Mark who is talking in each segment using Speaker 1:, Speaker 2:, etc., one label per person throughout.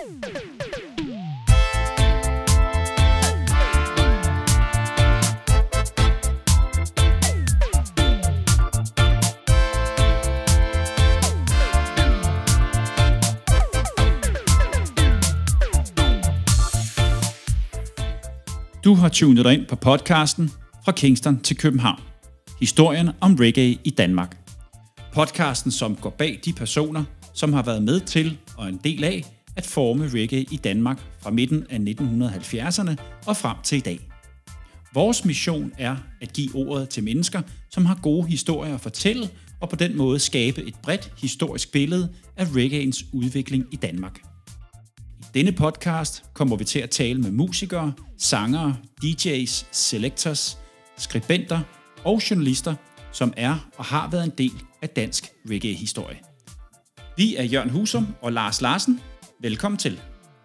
Speaker 1: Du har tunet dig ind på podcasten Fra Kingston til København. Historien om reggae i Danmark. Podcasten, som går bag de personer, som har været med til og en del af at forme reggae i Danmark fra midten af 1970'erne og frem til i dag. Vores mission er at give ordet til mennesker, som har gode historier at fortælle, og på den måde skabe et bredt historisk billede af reggaeens udvikling i Danmark. I denne podcast kommer vi til at tale med musikere, sangere, DJ's, selectors, skribenter og journalister, som er og har været en del af dansk reggae-historie. Vi er Jørgen Husum og Lars Larsen. Velkommen til.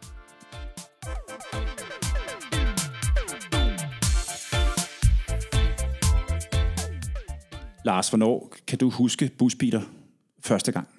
Speaker 1: Lars, hvornår kan du huske Busbeater første gang?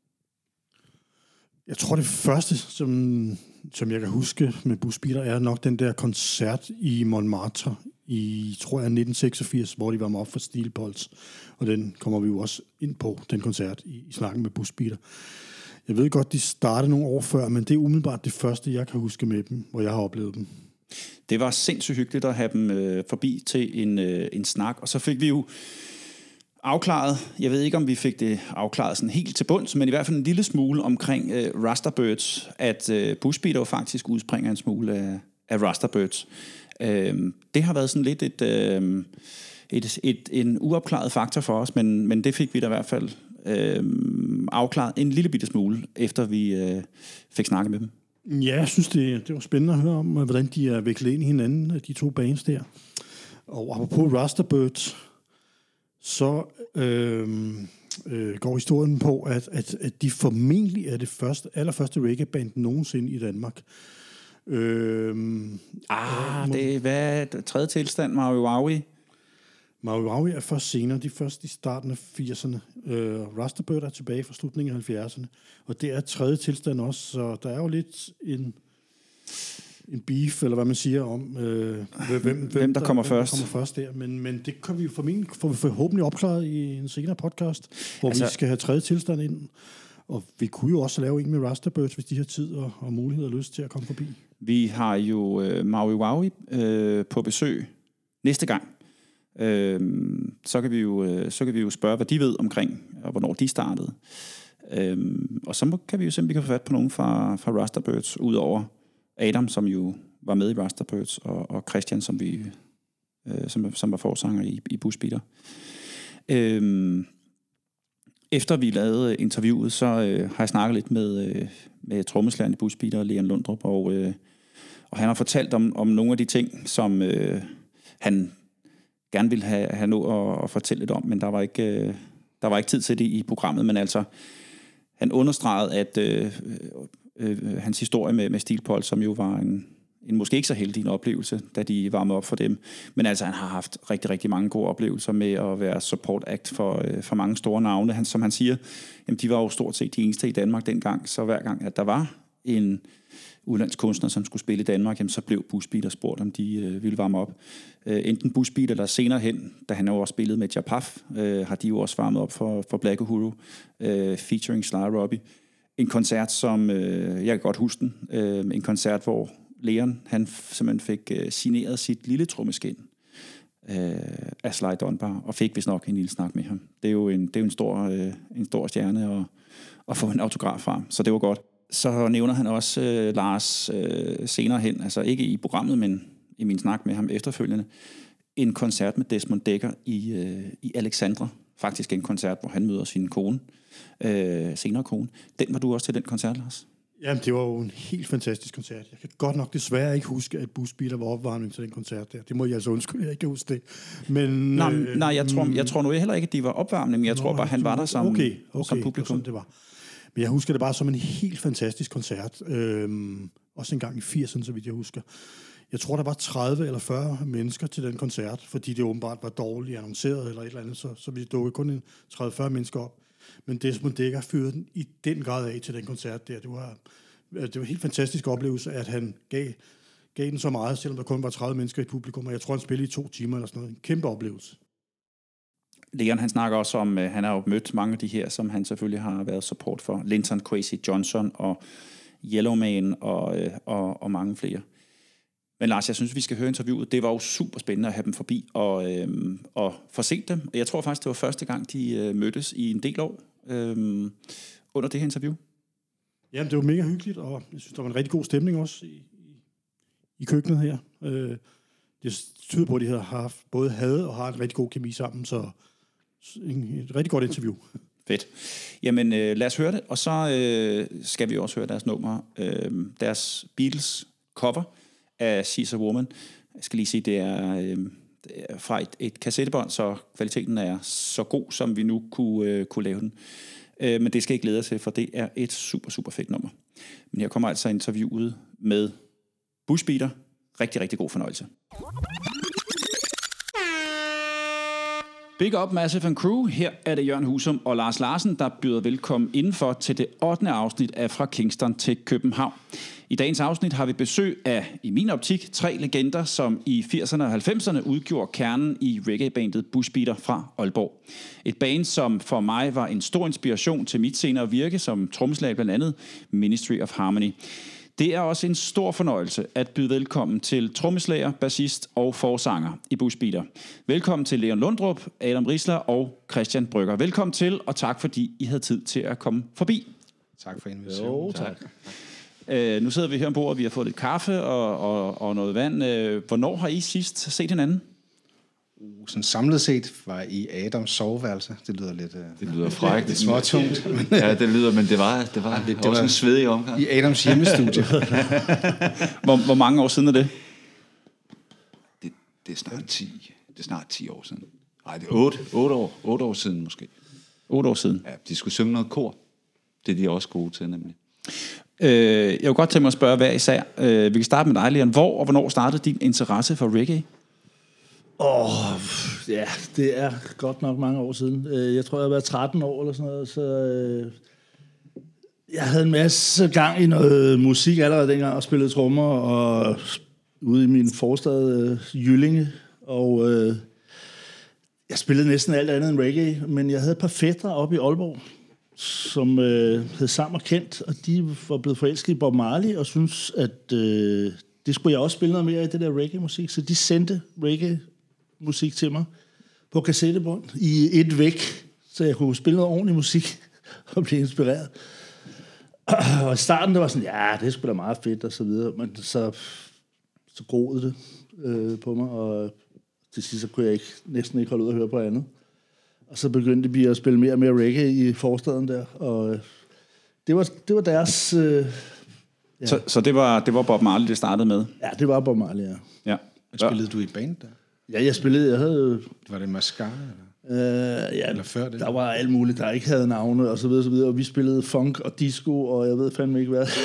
Speaker 2: Jeg tror, det første, som jeg kan huske med Busbeater, er nok den der koncert i Montmartre i, tror jeg, 1986, hvor de var med op for Steel Pulse. Og den kommer vi jo også ind på, den koncert i snakken med Busbeater. Jeg ved godt, de startede nogle år før, men det er umiddelbart det første, jeg kan huske med dem, hvor jeg har oplevet dem.
Speaker 1: Det var sindssygt hyggeligt at have dem forbi til en snak, og så fik vi jo afklaret, jeg ved ikke om vi fik det afklaret sådan helt til bunds, men i hvert fald en lille smule omkring Rastabirds, at Busbeater jo faktisk udspringer en smule af Rastabirds. Det har været sådan lidt en uopklaret faktor for os, men det fik vi da i hvert fald afklaret en lille bitte smule, efter vi fik snakket med dem.
Speaker 2: Ja, jeg synes, det var spændende at høre om, hvordan de er viklet ind i hinanden, de to bands der. Og apropos Rastabirds, så går historien på, at de formentlig er det allerførste reggae-band nogensinde i Danmark.
Speaker 1: Det er hvad? Tredje tilstand, Maui Waui?
Speaker 2: Maui Waui er først senere, de først i starten af 80'erne. Rastabird er tilbage fra slutningen af 70'erne, og det er tredje tilstand også, så der er jo lidt en beef, eller hvad man siger om, hvem der kommer først der. Men det kan vi jo forhåbentlig opklaret i en senere podcast, hvor vi skal have tredje tilstand ind. Og vi kunne jo også lave en med Rastabirds, hvis de har tid og mulighed og lyst til at komme forbi.
Speaker 1: Vi har jo Maui Waui på besøg næste gang. Så kan vi jo spørge, hvad de ved omkring, og hvornår de startede. Og så kan vi jo simpelthen få fat på nogen fra Rastabirds, udover Adam, som jo var med i Rastabirds, og Christian, som var forsanger i Busbeater. Efter vi lavede interviewet, så har jeg snakket lidt med trommeslageren i Busbeater, Leon Lundrup, og han har fortalt om nogle af de ting, som han gerne ville have nået at fortælle lidt om, men der var ikke tid til det i programmet, men altså han understregede, at hans historie med Steel Pulse, som jo var en måske ikke så heldig en oplevelse, da de varmede op for dem. Men altså, han har haft rigtig, rigtig mange gode oplevelser med at være support act for mange store navne. Som han siger, jamen, de var jo stort set de eneste i Danmark dengang, så hver gang, at der var en udlandsk kunstner, som skulle spille i Danmark, jamen, så blev Busbeater spurgt, om de ville varme op. Enten Busbeater, eller senere hen, da han jo også spillede med Japaf, har de jo også varmet op for Black Uhuru, featuring Sly Robbie. En koncert, som jeg kan godt huske den. En koncert, hvor Leon, han simpelthen fik signeret sit lille trommeskin af Sly Dunbar, og fik vist nok en lille snak med ham. Det er jo en stor stjerne at få en autograf fra, så det var godt. Så nævner han også Lars senere hen, altså ikke i programmet, men i min snak med ham efterfølgende, en koncert med Desmond Dekker i Alexandra. Faktisk en koncert, hvor han møder sin kone, senere kone. Den var du også til, den koncert, Lars?
Speaker 2: Jamen, det var jo en helt fantastisk koncert. Jeg kan godt nok desværre ikke huske, at Busbeater var opvarmning til den koncert der. Det må jeg altså undskylde, jeg ikke kan huske det. Men,
Speaker 1: nej, jeg tror nu heller ikke, at de var opvarmning, men jeg tror bare, han var der som publikum.
Speaker 2: Det var. Men jeg husker det bare som en helt fantastisk koncert. Også en gang i 80'erne, så vidt jeg husker. Jeg tror, der var 30 eller 40 mennesker til den koncert, fordi det åbenbart var dårligt annonceret eller et eller andet, så vi dukkede kun 30-40 mennesker op. Men Desmond Dekker fyrede den i den grad af til den koncert der. Det var det var en helt fantastisk oplevelse, at han gav den så meget, selvom der kun var 30 mennesker i publikum, og jeg tror, han spillede i 2 timer eller sådan noget. En kæmpe oplevelse.
Speaker 1: Leon, han snakker også om, han har jo mødt mange af de her, som han selvfølgelig har været support for. Linton Kwesi Johnson og Yellowman og mange flere. Men Lars, jeg synes, vi skal høre interviewet. Det var jo super spændende at have dem forbi og få set dem. Jeg tror faktisk, det var første gang, de mødtes i en del år under det her interview.
Speaker 2: Jamen, det var mega hyggeligt, og jeg synes, der var en rigtig god stemning også i køkkenet her. Det tyder på, at de både havde og har en rigtig god kemi sammen, så et rigtig godt interview.
Speaker 1: Fedt. Jamen, lad os høre det, og så skal vi også høre deres nummer. Deres Beatles cover af She's a Woman. Jeg skal lige sige, det er fra et kassettebånd, så kvaliteten er så god, som vi nu kunne lave den. Men det skal I glæde jer til, for det er et super, super fedt nummer. Men her kommer altså interviewet med Bushbeater. Rigtig, rigtig god fornøjelse. Big up Massive and Crew. Her er det Jørgen Husum og Lars Larsen, der byder velkommen indenfor til det 8. afsnit af Fra Kingston til København. I dagens afsnit har vi besøg af, i min optik, 3 legender, som i 80'erne og 90'erne udgjorde kernen i reggae-bandet Bushbeater fra Aalborg. Et band, som for mig var en stor inspiration til mit senere virke som trommeslager, blandt andet Ministry of Harmony. Det er også en stor fornøjelse at byde velkommen til trommeslager, bassist og forsanger i Bushbeater. Velkommen til Leon Lundrup, Adam Risler og Christian Brygger. Velkommen til, og tak fordi I havde tid til at komme forbi.
Speaker 3: Tak for invitationen.
Speaker 1: Tak. Nu sidder vi her ombord, og vi har fået lidt kaffe og noget vand. Hvornår har I sidst set hinanden?
Speaker 3: Sådan samlet set var i Adams soveværelse. Det lyder lidt...
Speaker 4: Det lyder frækt.
Speaker 3: Lidt småtungt.
Speaker 4: Ja, det lyder, men det var også en svedig omgang.
Speaker 3: I Adams hjemmestudie.
Speaker 1: Hvor mange år siden er det?
Speaker 4: Det er snart 10. Det er snart 10 år siden. Nej, det er 8 år. 8 år siden måske.
Speaker 1: 8 år siden.
Speaker 4: Ja, de skulle synge noget kor. Det er de også gode til, nemlig.
Speaker 1: Jeg vil godt tænke mig at spørge hver især. Vi kan starte med dig, Leon. Hvor og hvornår startede din interesse for reggae?
Speaker 5: Ja, det er godt nok mange år siden. Jeg tror, jeg har været 13 år eller sådan noget, så jeg havde en masse gang i noget musik allerede dengang, og spillede trommer og ude i min forstad Jyllinge, og jeg spillede næsten alt andet end reggae, men jeg havde et par fætre oppe i Aalborg, som hed Sam og Kent, og de var blevet forelsket i Bob Marley, og syntes, at det skulle jeg også spille noget mere i, det der reggae-musik, så de sendte reggae-musik til mig på kassettebånd i et væk, så jeg kunne spille noget ordentlig musik og blive inspireret. Og i starten, det var sådan, ja, det er sgu da meget fedt, og så videre, men så groede det på mig, og til sidst så kunne jeg næsten ikke holde ud at høre på andet. Og så begyndte vi at spille mere og mere reggae i forstaden der, og det var deres...
Speaker 1: Ja. Så det var Bob Marley, det startede med?
Speaker 5: Ja, det var Bob Marley, ja.
Speaker 3: Spillede du i band der?
Speaker 5: Ja, jeg havde...
Speaker 3: Var det Mascara, eller?
Speaker 5: Ja,
Speaker 3: eller før det?
Speaker 5: Der var alt muligt, der ikke havde navne, og så videre, så videre. Og vi spillede funk og disco, og jeg ved fandme ikke hvad.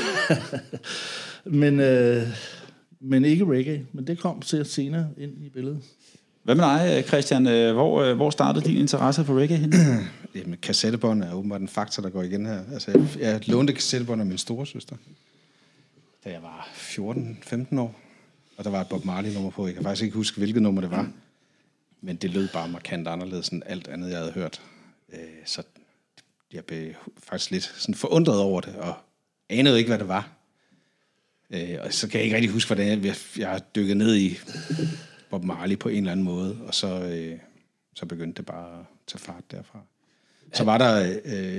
Speaker 5: men ikke reggae. Men det kom til senere ind i billedet.
Speaker 1: Hvad med dig, Christian? Hvor startede din interesse for reggae hen?
Speaker 3: Jamen, kassettebånd er åbenbart en faktor, der går igen her. Altså, jeg lånte kassettebånd af min storesøster, da jeg var 14-15 år. Og der var et Bob Marley-nummer på. Jeg kan faktisk ikke huske, hvilket nummer det var. Men det lød bare markant anderledes end alt andet, jeg havde hørt. Så jeg blev faktisk lidt sådan forundret over det, og anede ikke, hvad det var. Og så kan jeg ikke rigtig huske, hvordan jeg dykkede ned i Bob Marley på en eller anden måde, og så begyndte det bare at tage fart derfra. Så var der...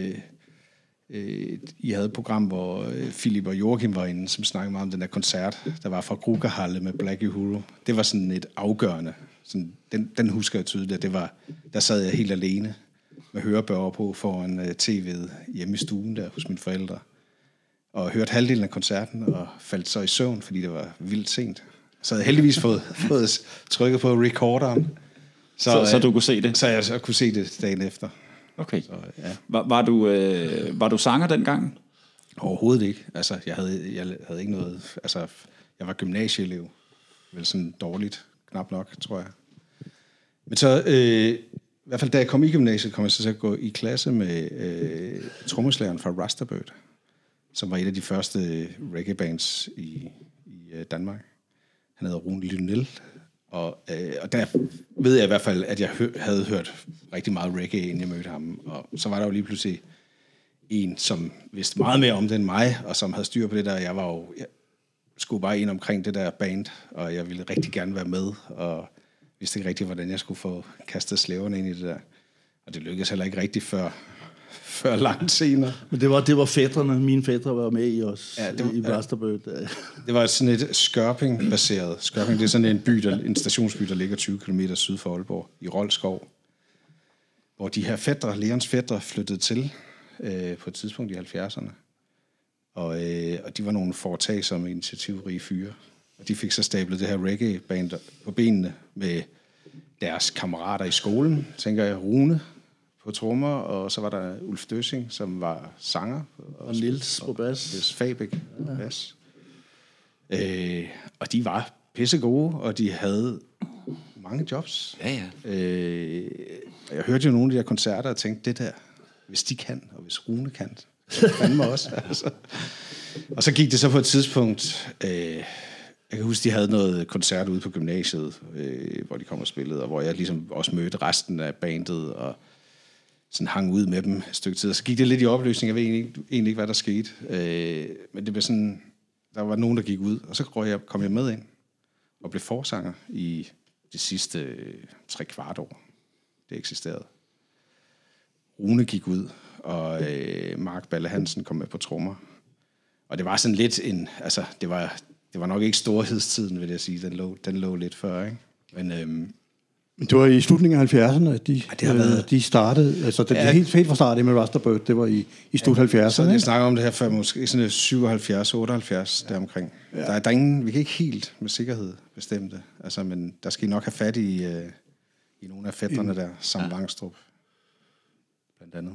Speaker 3: I havde et program, hvor Philip og Joachim var inde, som snakkede meget om den der koncert, der var fra Krugerhalle med Black Uhuru. Det var sådan et afgørende. Sådan, den husker jeg tydeligt. Der sad jeg helt alene med hørebøger på foran tv'et hjemme i stuen der hos mine forældre. Og hørte halvdelen af koncerten og faldt så i søvn, fordi det var vildt sent. Så havde jeg heldigvis fået trykket på recorderen.
Speaker 1: Så du kunne se det?
Speaker 3: Så jeg kunne se det dagen efter.
Speaker 1: Okay. Så, ja. Var du sanger dengang?
Speaker 3: Overhovedet ikke. Altså, jeg havde ikke noget... Altså, jeg var gymnasieelev. Vel sådan dårligt, knap nok, tror jeg. Men så... I hvert fald, da jeg kom i gymnasiet, kom jeg så til at gå i klasse med trommeslageren fra Rasta Bird. som var et af de første reggae-bands i Danmark. Han hedder Rune Lynel, og der ved jeg i hvert fald, at jeg havde hørt rigtig meget reggae, inden jeg mødte ham. Og så var der jo lige pludselig en, som vidste meget mere om det end mig, og som havde styr på det der. Jeg skulle bare ind omkring det der band, og jeg ville rigtig gerne være med, og vidste ikke rigtig, hvordan jeg skulle få kastet slæverne ind i det der. Og det lykkedes heller ikke rigtig før langt senere.
Speaker 5: Men det var fætrene. Mine fætre var med i os, i Rasterbird.
Speaker 3: Det var sådan et Skørping-baseret. Skørping, det er sådan en stationsby, der ligger 20 km syd for Aalborg, i Roldskov, hvor de her fætre, Leons fætre, flyttede til på et tidspunkt i 70'erne. Og de var nogle foretagsomme, initiativrige fyre. Og de fik så stablet det her reggae-band på benene med deres kammerater i skolen, tænker jeg, Rune på trommer, og så var der Ulf Døssing, som var sanger.
Speaker 5: Og Niels på bas.
Speaker 3: Niels Fabik på bas. Og de var pissegode, og de havde mange jobs.
Speaker 4: Ja.
Speaker 3: Jeg hørte jo nogle af de der koncerter og tænkte, det der, hvis de kan, og hvis Rune kan, så fandme også. Altså. Og så gik det så på et tidspunkt, jeg kan huske, de havde noget koncert ude på gymnasiet, hvor de kom og spillede, og hvor jeg ligesom også mødte resten af bandet, og sådan hang ud med dem et stykke tid. Og så gik det lidt i opløsning. Jeg ved egentlig ikke, hvad der skete. Men det blev sådan, der var nogen, der gik ud, og så kom jeg med ind og blev forsanger i de sidste 3/4 år. Det eksisterede. Rune gik ud, og Mark Balle Hansen kom med på trommer. Og det var sådan lidt det var nok ikke storhedstiden, vil jeg sige. Den lå lidt før, ikke? Men
Speaker 2: det var i slutningen af 70'erne, at de startede, altså det helt fra starten med Rasterbird, det var i slut 70'erne.
Speaker 3: Så jeg snakker om det her før, måske sådan 77, 78, deromkring. Der er ingen, vi kan ikke helt med sikkerhed bestemme det, altså, men der skal I nok have fat i nogle af fætterne der, Sam Langstrup, blandt andet.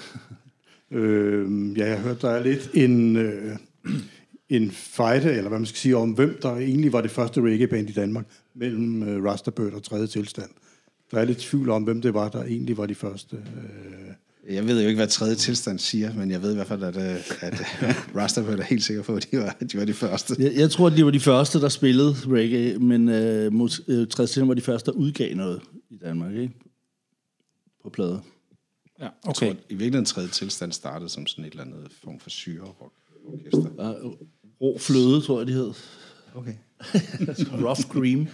Speaker 2: Jeg har hørt, der er lidt en fight, eller hvad man skal sige, om hvem der egentlig var det første reggae-band i Danmark, mellem Rasterbird og Tredje Tilstand. Der er lidt tvivl om, hvem det var, der egentlig var de første.
Speaker 3: Jeg ved jo ikke, hvad Tredje Tilstand siger, men jeg ved i hvert fald, at Rasterbird er helt sikker på, at de var de første.
Speaker 5: Jeg tror, at de var de første, der spillede reggae, men Tredje Tilstand var de første, der udgav noget i Danmark, ikke? På plader.
Speaker 1: Ja,
Speaker 3: okay. Jeg tror, at i virkeligheden Tredje Tilstand startede som sådan et eller andet form for syre-rock-orkester.
Speaker 5: Rå fløde, tror jeg, de hed.
Speaker 3: Okay.
Speaker 5: Rough Cream.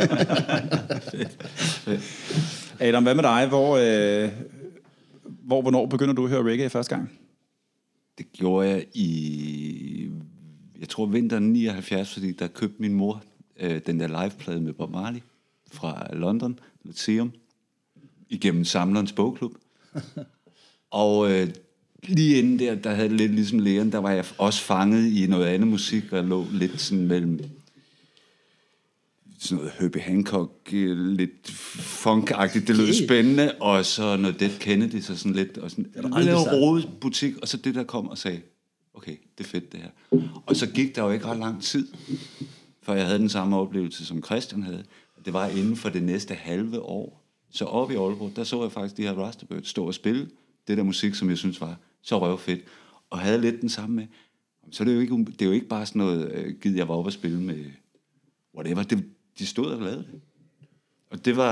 Speaker 1: Adam, hvad med dig? Hvornår begynder du at høre reggae første gang?
Speaker 4: Det gjorde jeg jeg tror vinteren 79, fordi der købte min mor den der liveplade med Bob Marley fra London, Lyceum, igennem Samlerens Bogklub. Og lige inden der havde det lidt ligesom Leon, der var jeg også fanget i noget andet musik, og lå lidt sådan mellem sådan noget Herbie Hancock, lidt funk-agtigt, det lød spændende, og så noget Dead Kennedy, så sådan lidt, og sådan en lille rodet butik, og så det der kom og sagde, okay, det er fedt det her. Og så gik der jo ikke ret lang tid, før jeg havde den samme oplevelse, som Christian havde. Det var inden for det næste halve år. Så oppe i Aalborg, der så jeg faktisk de her Rasterbird stå og spille det der musik, som jeg synes var så røvfedt, og havde lidt den samme med. Så det er jo ikke bare sådan noget, givet jeg var oppe og spille med whatever. De stod og lavede det. Og det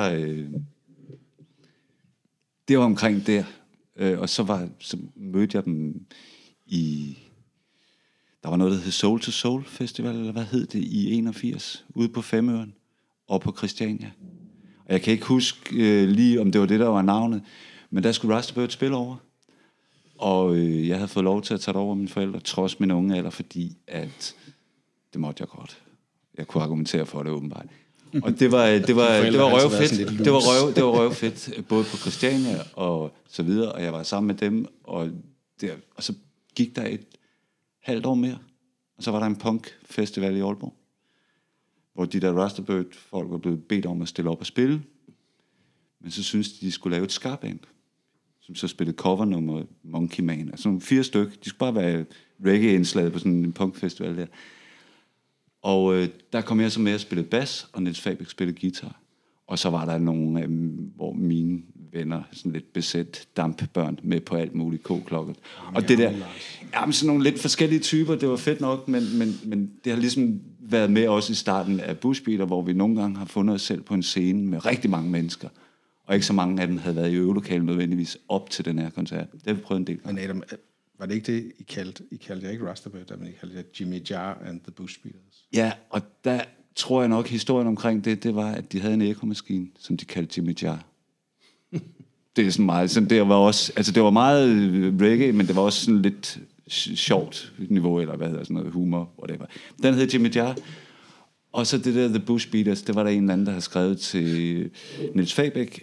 Speaker 4: var omkring der. Og så mødte jeg dem der var noget, der hed Soul to Soul Festival, eller hvad hed det, i 81, ude på Femøren, og på Christiania. Og jeg kan ikke huske lige, om det var det, der var navnet, men der skulle Rasterbird spille over. Og jeg havde fået lov til at tage det over mine forældre, trods min unge alder, fordi at det måtte jeg godt. Jeg kunne argumentere for det åbenbart. Og det var røvfedt. Det var røvfedt, både på Christiania og så videre, og jeg var sammen med dem, og så gik der et halvt år mere, og så var der en punkfestival i Aalborg, hvor de der Rasterbird-folk var blevet bedt om at stille op og spille, men så syntes de skulle lave et skarband, som så spillede covernummer Monkey Man, altså nogle 4 stykker. De skulle bare være reggae-indslaget på sådan en punkfestival der. Og der kom jeg så med at spille bas, og Niels Fabik spillede guitar. Og så var der nogle, hvor mine venner, sådan lidt besæt dampbørn med på alt muligt koklokken. Og det der, jamen sådan nogle lidt forskellige typer, det var fedt nok, men det har ligesom været med også i starten af Bushbeater, hvor vi nogle gange har fundet os selv på en scene med rigtig mange mennesker, og ikke så mange af dem havde været i øvelokalet nødvendigvis op til den her koncert. Det har vi prøvet en del gange.
Speaker 3: Men Adam, var det ikke det, I kaldte jer ikke Rustabird, men I kaldte jer Jimmy Jar and the Bushbeaters?
Speaker 4: Ja, og der tror jeg nok, historien omkring det var, at de havde en ekomaskine, som de kaldte Jimmy Jar. Det er sådan meget, sådan det var også, altså det var meget reggae, men det var også sådan lidt sjovt niveau, eller hvad hedder sådan noget, humor, whatever. Den hed Jimmy Jar. Og så det der The Bushbeaters, det var der en eller anden, der havde skrevet til Niels Fabæk,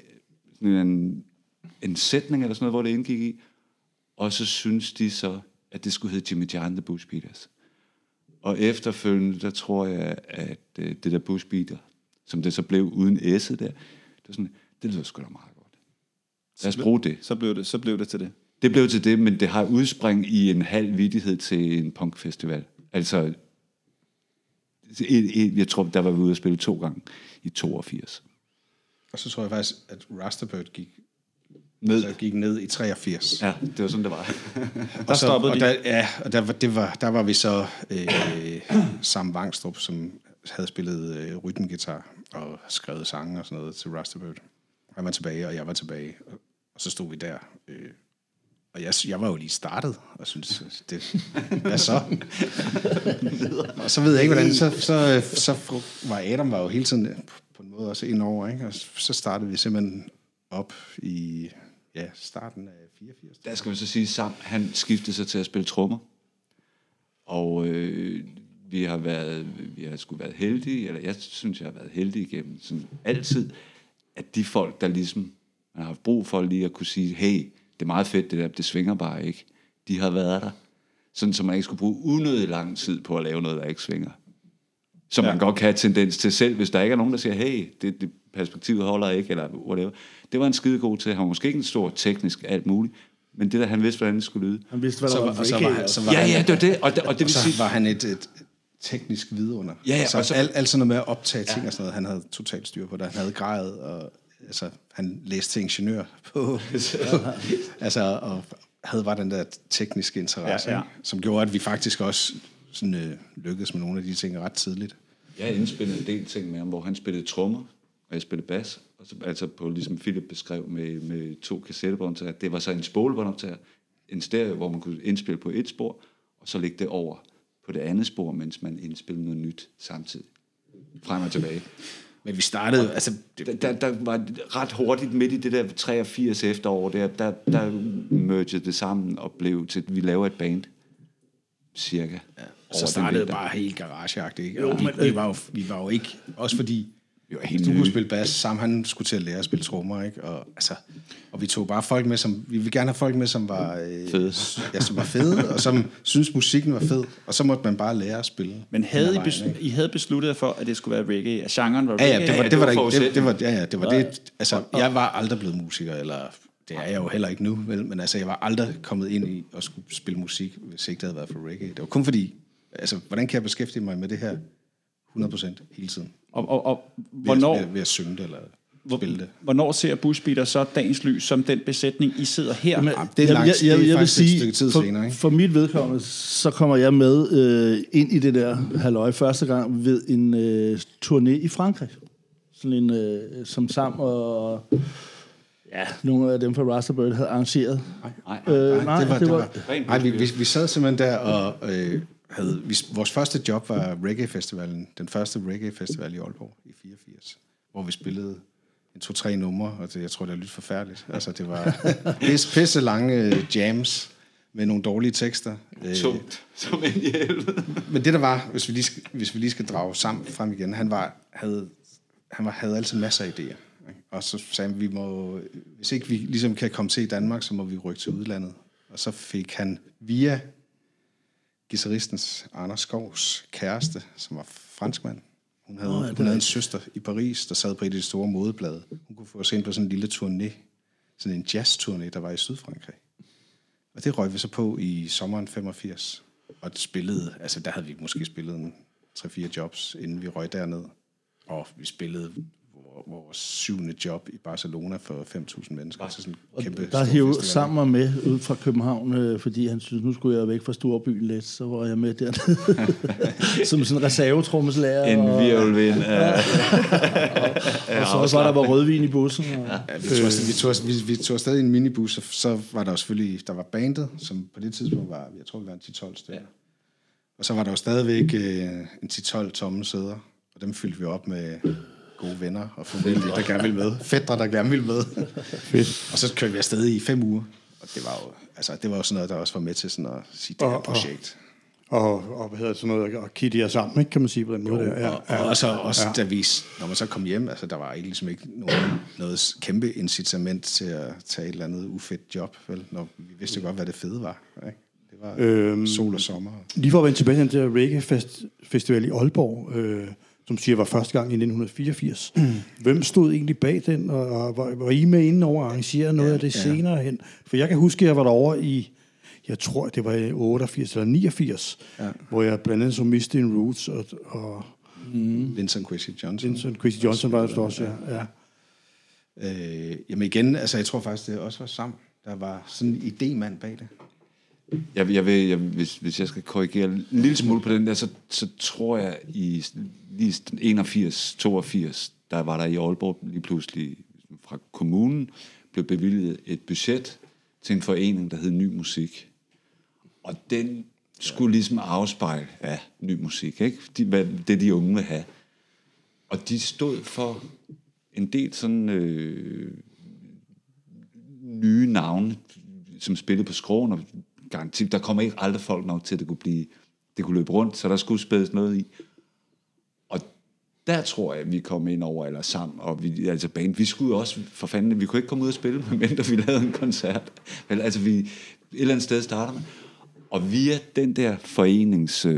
Speaker 4: en sætning eller sådan noget, hvor det indgik i. Og så synes de så, at det skulle hedde Jimmy Jar and the Bushbeaters. Og efterfølgende, der tror jeg, at det der Bushbeater, som det så blev uden S'et der, det lyder sgu da meget godt. Lad os bruge det.
Speaker 1: Så blev det til det.
Speaker 4: Det blev til det, men det har udspring i en halv vittighed til en punkfestival. Altså, jeg tror, der var vi ude at spille 2 gange i 82.
Speaker 3: Og så tror jeg faktisk, at Rustabird gik ned i 83.
Speaker 4: Ja, det var sådan, det var.
Speaker 1: Der stoppede de.
Speaker 3: Der var vi så Sam Wangstrup, som havde spillet rytmegitar og skrevet sange og sådan noget til Rustabird. Han var tilbage, og jeg var tilbage. Og så stod vi der. Og jeg var jo lige startet, og synes, hvad så? Og så ved jeg ikke, hvordan... Så var Adam jo hele tiden på en måde også indover, ikke? Og så startede vi simpelthen op i starten af 84.
Speaker 4: Der skal man så sige, Sam, han skiftede sig til at spille trommer. Og vi har sgu været heldige, eller jeg synes, jeg har været heldig igennem sådan altid, at de folk, der ligesom man har haft brug for lige at kunne sige, hey, det er meget fedt, det der, det svinger bare ikke. De har været der. Sådan, så man ikke skulle bruge unødig lang tid på at lave noget, der ikke svinger. Så man godt kan have tendens til selv, hvis der ikke er nogen, der siger, hey, det perspektivet holder ikke, eller whatever. Det var en skide god til. Han var måske ikke en stor teknisk alt muligt, men det der, han vidste, hvordan det skulle lyde.
Speaker 5: Han vidste, hvad der var.
Speaker 4: Ja, det var det. Og det vil
Speaker 3: så
Speaker 4: sige,
Speaker 3: var han et teknisk vidunder.
Speaker 4: Ja,
Speaker 3: så alt sådan noget med at optage ting og sådan noget, han havde totalt styr på det. Han havde grejet, og altså, han læste til ingeniør på, altså, og havde bare den der tekniske interesse, som gjorde, at vi faktisk også sådan, lykkedes med nogle af de ting ret tidligt.
Speaker 4: Jeg indspillede en del ting med ham, hvor han spillede trommer, og jeg spillede bas, og så, altså på, ligesom Philip beskrev med 2 kassettebåndoptager. Det var så en spolebåndoptager, en stereo, hvor man kunne indspille på et spor, og så lægge det over på det andet spor, mens man indspillede noget nyt samtidig. Frem og tilbage.
Speaker 3: Men vi startede...
Speaker 4: Der var ret hurtigt midt i det der 83 efterår, der mergede det sammen og blev til, at vi laver et band. Cirka.
Speaker 3: Ja. Så startede det bare helt garageagtigt, ikke? Og vi var jo ikke... Også fordi... Du kunne spille bas, Sam han skulle til at lære at spille trommer, ikke? Og vi tog bare folk med, som... Vi ville gerne have folk med, som var...
Speaker 4: fede.
Speaker 3: Ja, som var fede, og som synes musikken var fed. Og så måtte man bare lære at spille.
Speaker 1: Men I havde besluttet for, at det skulle være reggae, at genren var reggae?
Speaker 3: Ja, det var det. Altså, jeg var aldrig blevet musiker, eller... Det er jeg jo heller ikke nu, vel? Men altså, jeg var aldrig kommet ind i at skulle spille musik, hvis ikke det havde været for reggae. Det var kun fordi... Altså, hvordan kan jeg beskæftige mig med det her 100% hele tiden?
Speaker 1: Og hvornår...
Speaker 3: Ved at synge det, eller spille det.
Speaker 1: Hvornår ser Bushbeater så dagens lys som den besætning, I sidder her?
Speaker 3: Jamen, det er
Speaker 5: jeg vil sige,
Speaker 3: et stykke tid senere, ikke?
Speaker 5: For mit vedkommende, så kommer jeg med ind i det der halløj første gang ved en turné i Frankrig. Sådan en, som Sam og... Ja, nogle af dem fra Rustabird havde arrangeret.
Speaker 3: Nej, vi sad simpelthen der og vores første job var reggae-festivalen, den første reggae-festival i Aalborg i 84, hvor vi spillede 2-3 numre, og jeg tror, det var lidt forfærdeligt. Altså, det var pisse lange jams med nogle dårlige tekster.
Speaker 4: Tungt, som en hjælp.
Speaker 3: Men det der var, hvis vi lige skal drage sammen frem igen, han havde altid masser af idéer. Og så sagde han, hvis ikke vi ligesom kan komme til i Danmark, så må vi rykke til udlandet. Og så fik han via guitaristens Anders Skovs kæreste, som var franskmand. Hun havde en søster i Paris, der sad på et af de store modeblade. Hun kunne få os ind på sådan en lille turné, sådan en jazz-turné, der var i Sydfrankrig. Og det røg vi så på i sommeren 85. Og spillede, altså der havde vi måske spillet 3-4 jobs, inden vi røg derned. Og vi spillede vores 7. job i Barcelona for 5.000 mennesker. Så sådan en kæmpe
Speaker 5: Der hævde sammen med ud fra København, fordi han synes, nu skulle jeg væk fra storbyen lidt, så var jeg med dernede. Som sådan en reservetrommeslager.
Speaker 4: En virvelvind.
Speaker 5: Og så var der rødvin i bussen.
Speaker 3: Vi tog stadig en minibus, og så var der jo selvfølgelig, der var bandet, som på det tidspunkt var, jeg tror, vi var en 10-12 stykker. Ja. Og så var der jo stadigvæk en 10-12 tomme sæder, og dem fyldte vi op med gode venner og familie, der gerne ville med. Fætre, der gerne ville med.
Speaker 2: Fedt.
Speaker 3: Og så kørte vi afsted i 5 uger. Og det var jo sådan noget, der også var med til sådan at sige det her projekt.
Speaker 2: Og hvad hedder det, sådan noget, at kitte jer sammen, ikke, kan man sige på den måde. Der.
Speaker 3: Og også da når man så kom hjem, altså der var ligesom ikke noget kæmpe incitament til at tage et eller andet ufedt job, vel? Når vi vidste godt, hvad det fede var, ikke? Det var sol og sommer.
Speaker 2: Lige for at vende tilbage til den der reggae-festival i Aalborg, som siger var første gang i 1984. Hvem stod egentlig bag den, og var I med inden over at arrangere noget af det senere hen? For jeg kan huske, at jeg var derovre i, jeg tror, det var i 88 eller 89, hvor jeg blandt andet så Misty in Roots og
Speaker 3: Vincent Quincy Johnson.
Speaker 2: Vincent Quincy Johnson var det også, ja.
Speaker 3: Jamen igen, altså jeg tror faktisk, det også var Sam, der var sådan en idémand bag det.
Speaker 4: Hvis jeg skal korrigere en lille smule på den der, så tror jeg i lige 81-82, der var der i Aalborg lige pludselig fra kommunen, blev bevilget et budget til en forening, der hed Ny Musik. Og den skulle ligesom afspejle ny musik, ikke? Det de unge vil have. Og de stod for en del sådan nye navne, som spillede på skroen, og garanti, der kommer ikke aldrig folk nok til, at det kunne løbe rundt, så der skulle spædes noget i. Og der tror jeg, vi kom ind over eller sammen, og vi skulle også, for fanden, vi kunne ikke komme ud og spille, medmindre vi lavede en koncert. Vel, altså vi, et eller andet sted starter med. Og via den der forenings,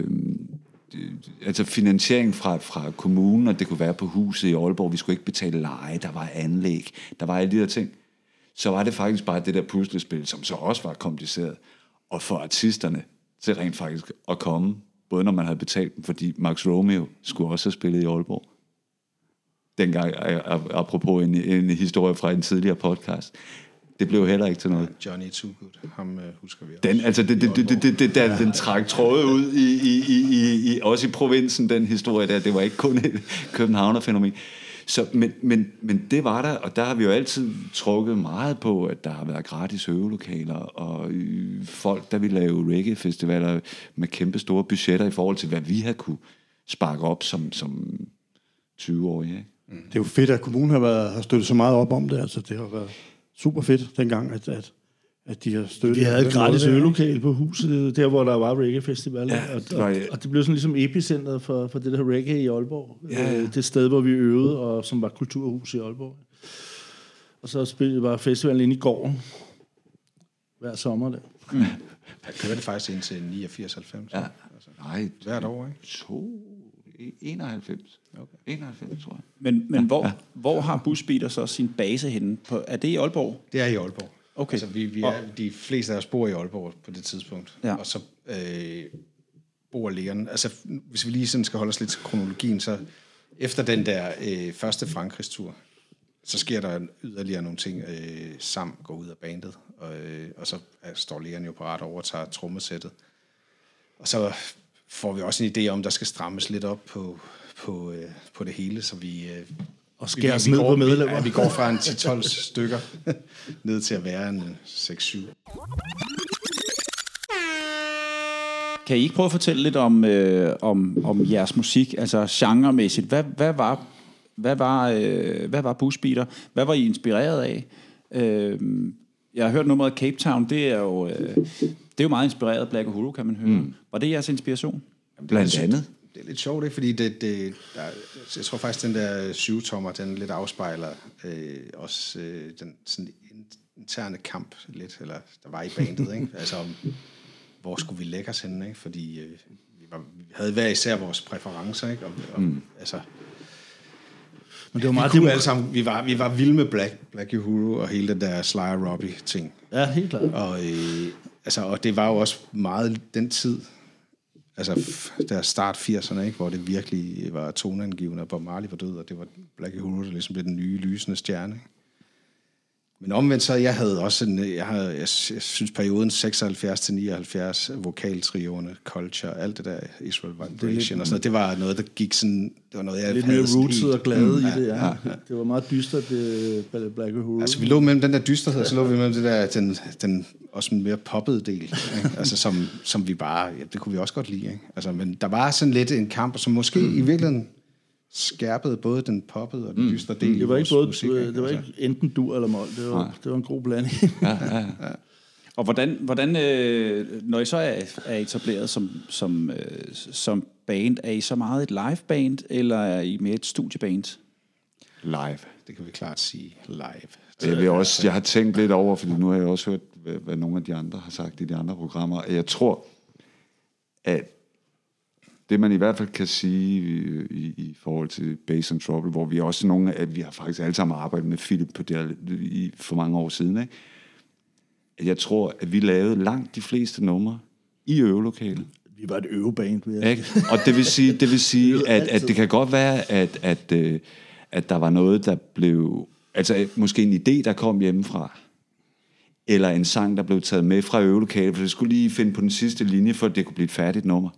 Speaker 4: altså finansiering fra kommunen, og det kunne være på huset i Aalborg, vi skulle ikke betale leje, der var anlæg, der var alle de der ting, så var det faktisk bare det der puslespil, som så også var kompliceret. Og for artisterne til rent faktisk at komme, både når man havde betalt dem, fordi Max Romeo skulle også have spillet i Aalborg. Dengang, apropos en historie fra en tidligere podcast. Det blev heller ikke til noget.
Speaker 3: Johnny Too Good, ham husker vi
Speaker 4: også. Den trak tråde ud i også i provinsen, den historie der. Det var ikke kun et københavnerfænomen. Så, men det var der, og der har vi jo altid trukket meget på, at der har været gratis øvelokaler, og folk, der vil lave reggae-festivaler med kæmpe store budgetter i forhold til, hvad vi har kunne sparke op som 20-årige. Ikke?
Speaker 2: Det er jo fedt, at kommunen har støttet så meget op om det. Altså, det har været super fedt dengang, at de har støttet.
Speaker 5: Vi havde et gratis øvelokale på huset, der hvor der var reggae-festival,
Speaker 4: ja,
Speaker 5: og det blev sådan ligesom epicentret for det der reggae i Aalborg. Ja. Det sted, hvor vi øvede, og som var kulturhus i Aalborg. Og så spillede bare festivalen inde i gården hver sommer der.
Speaker 3: Jeg kørte det faktisk indtil 89-90.
Speaker 4: Ja.
Speaker 3: Altså, hvert år, ikke?
Speaker 4: 91. Okay. 91, tror jeg.
Speaker 1: Men hvor har Busbeater så sin base henne? Er det i Aalborg?
Speaker 3: Det er i Aalborg.
Speaker 1: Okay.
Speaker 3: Altså, vi er, de fleste af os bor i Aalborg på det tidspunkt. Ja. Og så bor Leon. Altså, hvis vi lige sådan skal holde os lidt til kronologien, så efter den der første Frankrigstur, så sker der yderligere nogle ting. Sam går ud af bandet, og så står Leon jo parat og overtager trommesættet. Og så får vi også en idé om, der skal strammes lidt op på det hele, så vi...
Speaker 5: Og skæres ned på medlemmer.
Speaker 3: Ja, vi går fra en 10-12 stykker ned til at være en 6-7.
Speaker 1: Kan I ikke prøve at fortælle lidt om jeres musik, altså genremæssigt? Hvad var Busbeater? Hvad var I inspireret af? Jeg har hørt nummeret Cape Town, det er jo meget inspireret af Black Uhuru, kan man høre. Var det jeres inspiration?
Speaker 4: Blandt andet.
Speaker 3: Det er lidt sjovt, ikke? Fordi jeg tror faktisk, den der 7-tommer, den lidt afspejler også den sådan interne kamp lidt, eller der var i bandet, ikke? Altså, hvor skulle vi lægge os henne, ikke? Fordi vi havde hver især vores præferencer, ikke? Altså, men det var meget alle sammen, vi var vilde med Black Uhuru og hele den der Sly og Robbie ting.
Speaker 5: Ja, helt klart.
Speaker 3: Og det var jo også meget den tid. altså der start 80'erne, ikke, hvor det virkelig var toneangivende, og Bob Marley var død, og det var Black Uhuru, der ligesom blev den nye lysende stjerne. Ikke? Men omvendt så, jeg havde også jeg synes perioden 76-79, vokaltrioerne, Culture, alt det der, Israel Vibration og sådan noget, det var noget, der gik sådan, det var noget, jeg
Speaker 5: lidt mere rooted og glade i det, ja. Det var meget dystert, det Black Uhuru.
Speaker 3: Altså, vi lå mellem den der dysterhed, så lå vi mellem det der, den også en mere poppede del, ikke? Altså, som vi bare, ja, det kunne vi også godt lide, ikke? Altså, men der var sådan lidt en kamp, som måske i virkeligheden skærpede både den poppede og den dystre del.
Speaker 5: Det var ikke både musik, det var ikke enten dur eller mol, det var en god blanding.
Speaker 1: Ja. Og hvordan når I så er etableret som band, er I så meget et live band, eller er I mere et studieband?
Speaker 4: Live.
Speaker 3: Det kan vi klart sige, live.
Speaker 4: Jeg har tænkt lidt over, fordi nu har jeg også hørt, hvad nogle af de andre har sagt i de andre programmer, og jeg tror, at det man i hvert fald kan sige i forhold til Bass and Trouble, hvor vi også nogle af, vi har faktisk alle sammen arbejdet med Philip på det for mange år siden, ikke? Jeg tror, at vi lavede langt de fleste numre i øvelokalet.
Speaker 5: Vi var et øveband.
Speaker 4: Og det vil sige at det kan godt være, at der var noget, der blev, altså måske en idé, der kom hjemmefra, eller en sang, der blev taget med fra øvelokalet, for det skulle lige finde på den sidste linje, for at det kunne blive et færdigt nummer.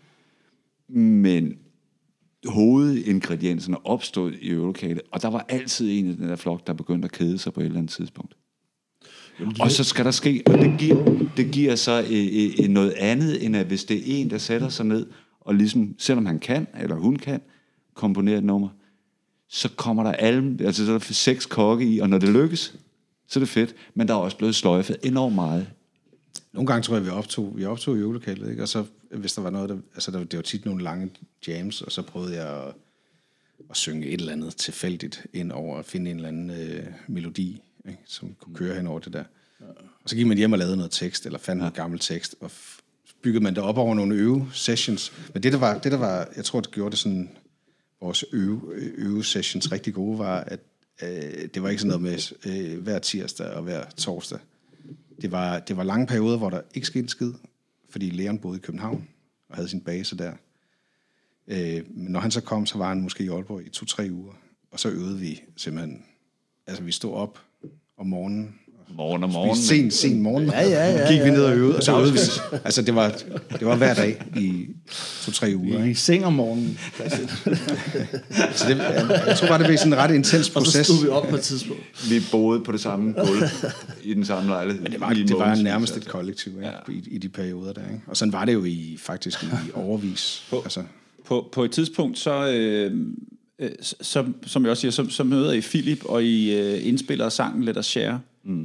Speaker 4: Men hovedingredienserne opstod i øvelokalet, og der var altid en i den der flok, der begyndte at kede sig på et eller andet tidspunkt. Og så skal der ske, og det giver så noget andet, end at hvis det er en, der sætter sig ned, og ligesom, selvom han kan, eller hun kan, komponere et nummer, så kommer der altså så er der 6 kokke i, og når det lykkes, så er det fedt, men der er også blevet sløjfet enormt meget.
Speaker 3: Nogle gange tror jeg, vi optog i øvelokalet, ikke? Og så, hvis der var noget, det var tit nogle lange jams, og så prøvede jeg at synge et eller andet tilfældigt ind over, at finde en eller anden melodi, ikke? Som kunne køre hen over det der. Og så gik man hjem og lavede noget tekst, eller fandt noget gammel tekst, og byggede man det op over nogle øve-sessions. Men det der var, jeg tror, det gjorde det sådan, vores øve-sessions rigtig gode, var, at det var ikke sådan noget med hver tirsdag og hver torsdag. Det var lange perioder, hvor der ikke skete skid, fordi Leon boede i København og havde sin base der. Men når han så kom, så var han måske i Aalborg i 2-3 uger, og så øvede vi simpelthen. Altså, vi stod op om morgenen. Sen morgen. Ja. Gik vi ned og øvede, og så øvede vi. Altså, det var hver dag i 2-3 uger.
Speaker 5: I seng om morgenen.
Speaker 3: Så jeg tror bare, det blev sådan en ret intens proces.
Speaker 5: Og så stod vi op på et tidspunkt.
Speaker 4: Vi boede på det samme gulv i den samme lejlighed.
Speaker 3: Men det var nærmest et kollektiv, ikke? Ja. I de perioder der. Ikke? Og sådan var det jo faktisk i overvis.
Speaker 1: På et tidspunkt, som jeg også siger, så møder I Philip, og I indspiller sangen Let Us Share.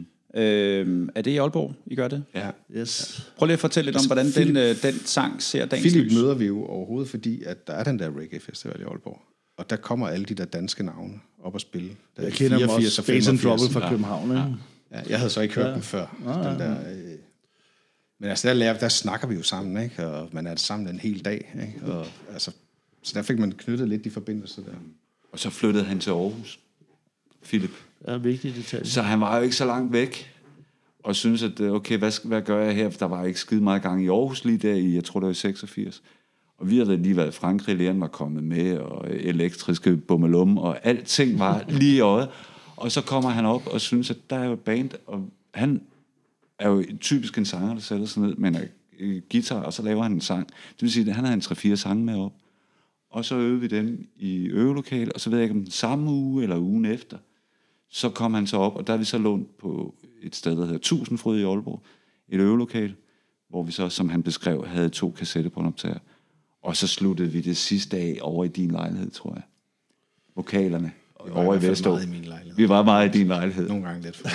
Speaker 1: Er det i Aalborg, I gør det?
Speaker 3: Ja.
Speaker 5: Yes.
Speaker 1: Prøv lige at fortælle lidt om, hvordan den sang ser dagens
Speaker 3: Philip
Speaker 1: lys.
Speaker 3: møder vi jo overhovedet, fordi at der er den der reggae festival i Aalborg. Og der kommer alle de der danske navne op at spille. Der
Speaker 5: jeg kender dem også, Bass and Trouble fra København. Ja.
Speaker 3: Ja, jeg havde så ikke hørt dem før. Den der, men altså der snakker vi jo sammen, ikke? Og man er sammen en hel dag, ikke? Og, altså, så der fik man knyttet lidt de forbindelser der.
Speaker 4: Og så flyttede han til Aarhus, Philip.
Speaker 5: Ja, vigtig detalje.
Speaker 4: Så han var jo ikke så langt væk, og synes at, okay, hvad gør jeg her? For der var ikke skide meget gang i Aarhus lige der i, jeg tror det var i 86. Og vi havde lige været i Frankrig, Leon var kommet med, og elektriske bummelum, og alting var lige i øjet. Og så kommer han op og synes, at der er jo et band, og han er jo typisk en sanger, der sætter sig ned med en guitar, og så laver han en sang. Det vil sige, at han har en 3-4 sange med op. Og så øvede vi dem i øvelokale, og så ved jeg ikke om den samme uge eller ugen efter, så kom han så op, og der er vi så lånt på et sted, der hedder Tusindfryd i Aalborg, et øvelokale, hvor vi så, som han beskrev, havde 2 kassettebåndoptager. Og så sluttede vi det sidste af over i din lejlighed, tror jeg. Vokalerne over i Vestå. Vi var meget i din lejlighed.
Speaker 3: Nogle gange lidt for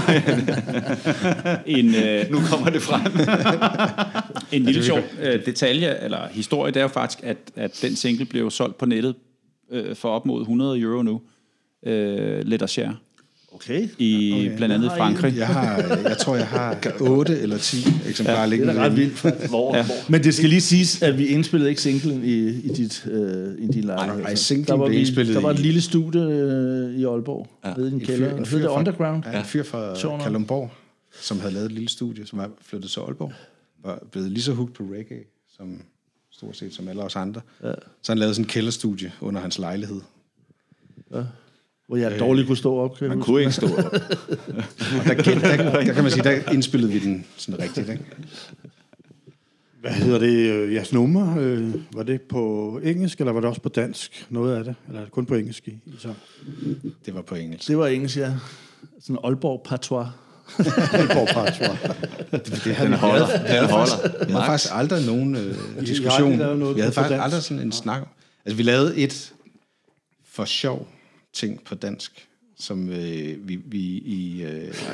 Speaker 1: Nu kommer det frem. En lille sjov detalje, eller historie, det er jo faktisk, at den single blev solgt på nettet for op mod 100 euro nu. Let Us Share.
Speaker 5: Okay.
Speaker 1: Blandt andet Frankrig.
Speaker 3: Jeg tror, jeg har 8 eller 10 eksemplarer liggende.
Speaker 5: Det er ret vildt. Men det skal lige siges, at vi indspillede ikke singlen i din lejlighed.
Speaker 3: Nej, singlen blev indspillet.
Speaker 5: Der var et lille studie i Aalborg, nede i den kælder. Det hedder Underground.
Speaker 3: Ja, en fyr fra Kalundborg, som havde lavet et lille studie, som var flyttet til Aalborg, var blevet lige så hooked på reggae, som stort set som alle os andre. Ja. Så han lavede sådan en kælderstudie under hans lejlighed.
Speaker 5: Ja. Hvor jeg dårligt kunne stå op.
Speaker 4: Man kunne ikke stå op.
Speaker 3: Og der kan man sige, der indspillede vi den sådan rigtigt, ikke?
Speaker 2: Hvad hedder det? Jeres nummer, var det på engelsk, eller var det også på dansk? Noget af det? Eller er det kun på engelsk i så?
Speaker 3: Det var på engelsk.
Speaker 5: Det var engelsk, ja. Sådan Aalborg patois.
Speaker 2: Aalborg patois.
Speaker 4: Den holder.
Speaker 3: Vi havde faktisk aldrig nogen diskussion. Vi havde faktisk aldrig sådan en snak. Altså, vi lavede et for sjov ting på dansk, som vi i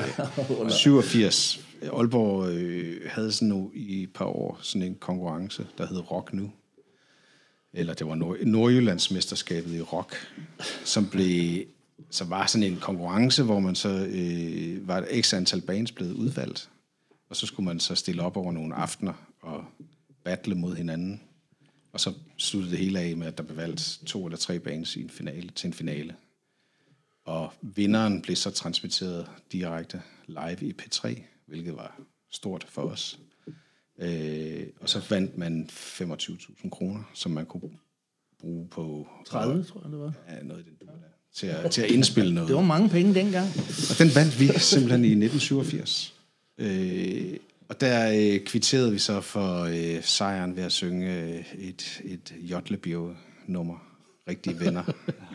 Speaker 3: 87... Aalborg havde sådan nu i et par år sådan en konkurrence, der hed Rock Nu. Eller det var Nordjyllandsmesterskabet i rock, som var sådan en konkurrence, hvor man så var et x antal bands blevet udvalgt. Og så skulle man så stille op over nogle aftener og battle mod hinanden. Og så sluttede det hele af med, at der blev valgt 2 eller 3 bands i til en finale. Og vinderen blev så transmitteret direkte live i P3, hvilket var stort for os. Og så vandt man 25.000 kroner, som man kunne bruge på...
Speaker 5: 30, tror jeg, det var.
Speaker 3: Ja, noget i den duer der. Til at indspille noget.
Speaker 5: Det var mange penge dengang.
Speaker 3: Og den vandt vi simpelthen i 1987. Og der kvitterede vi så for sejren ved at synge et Jotlebio-nummer. Rigtige venner.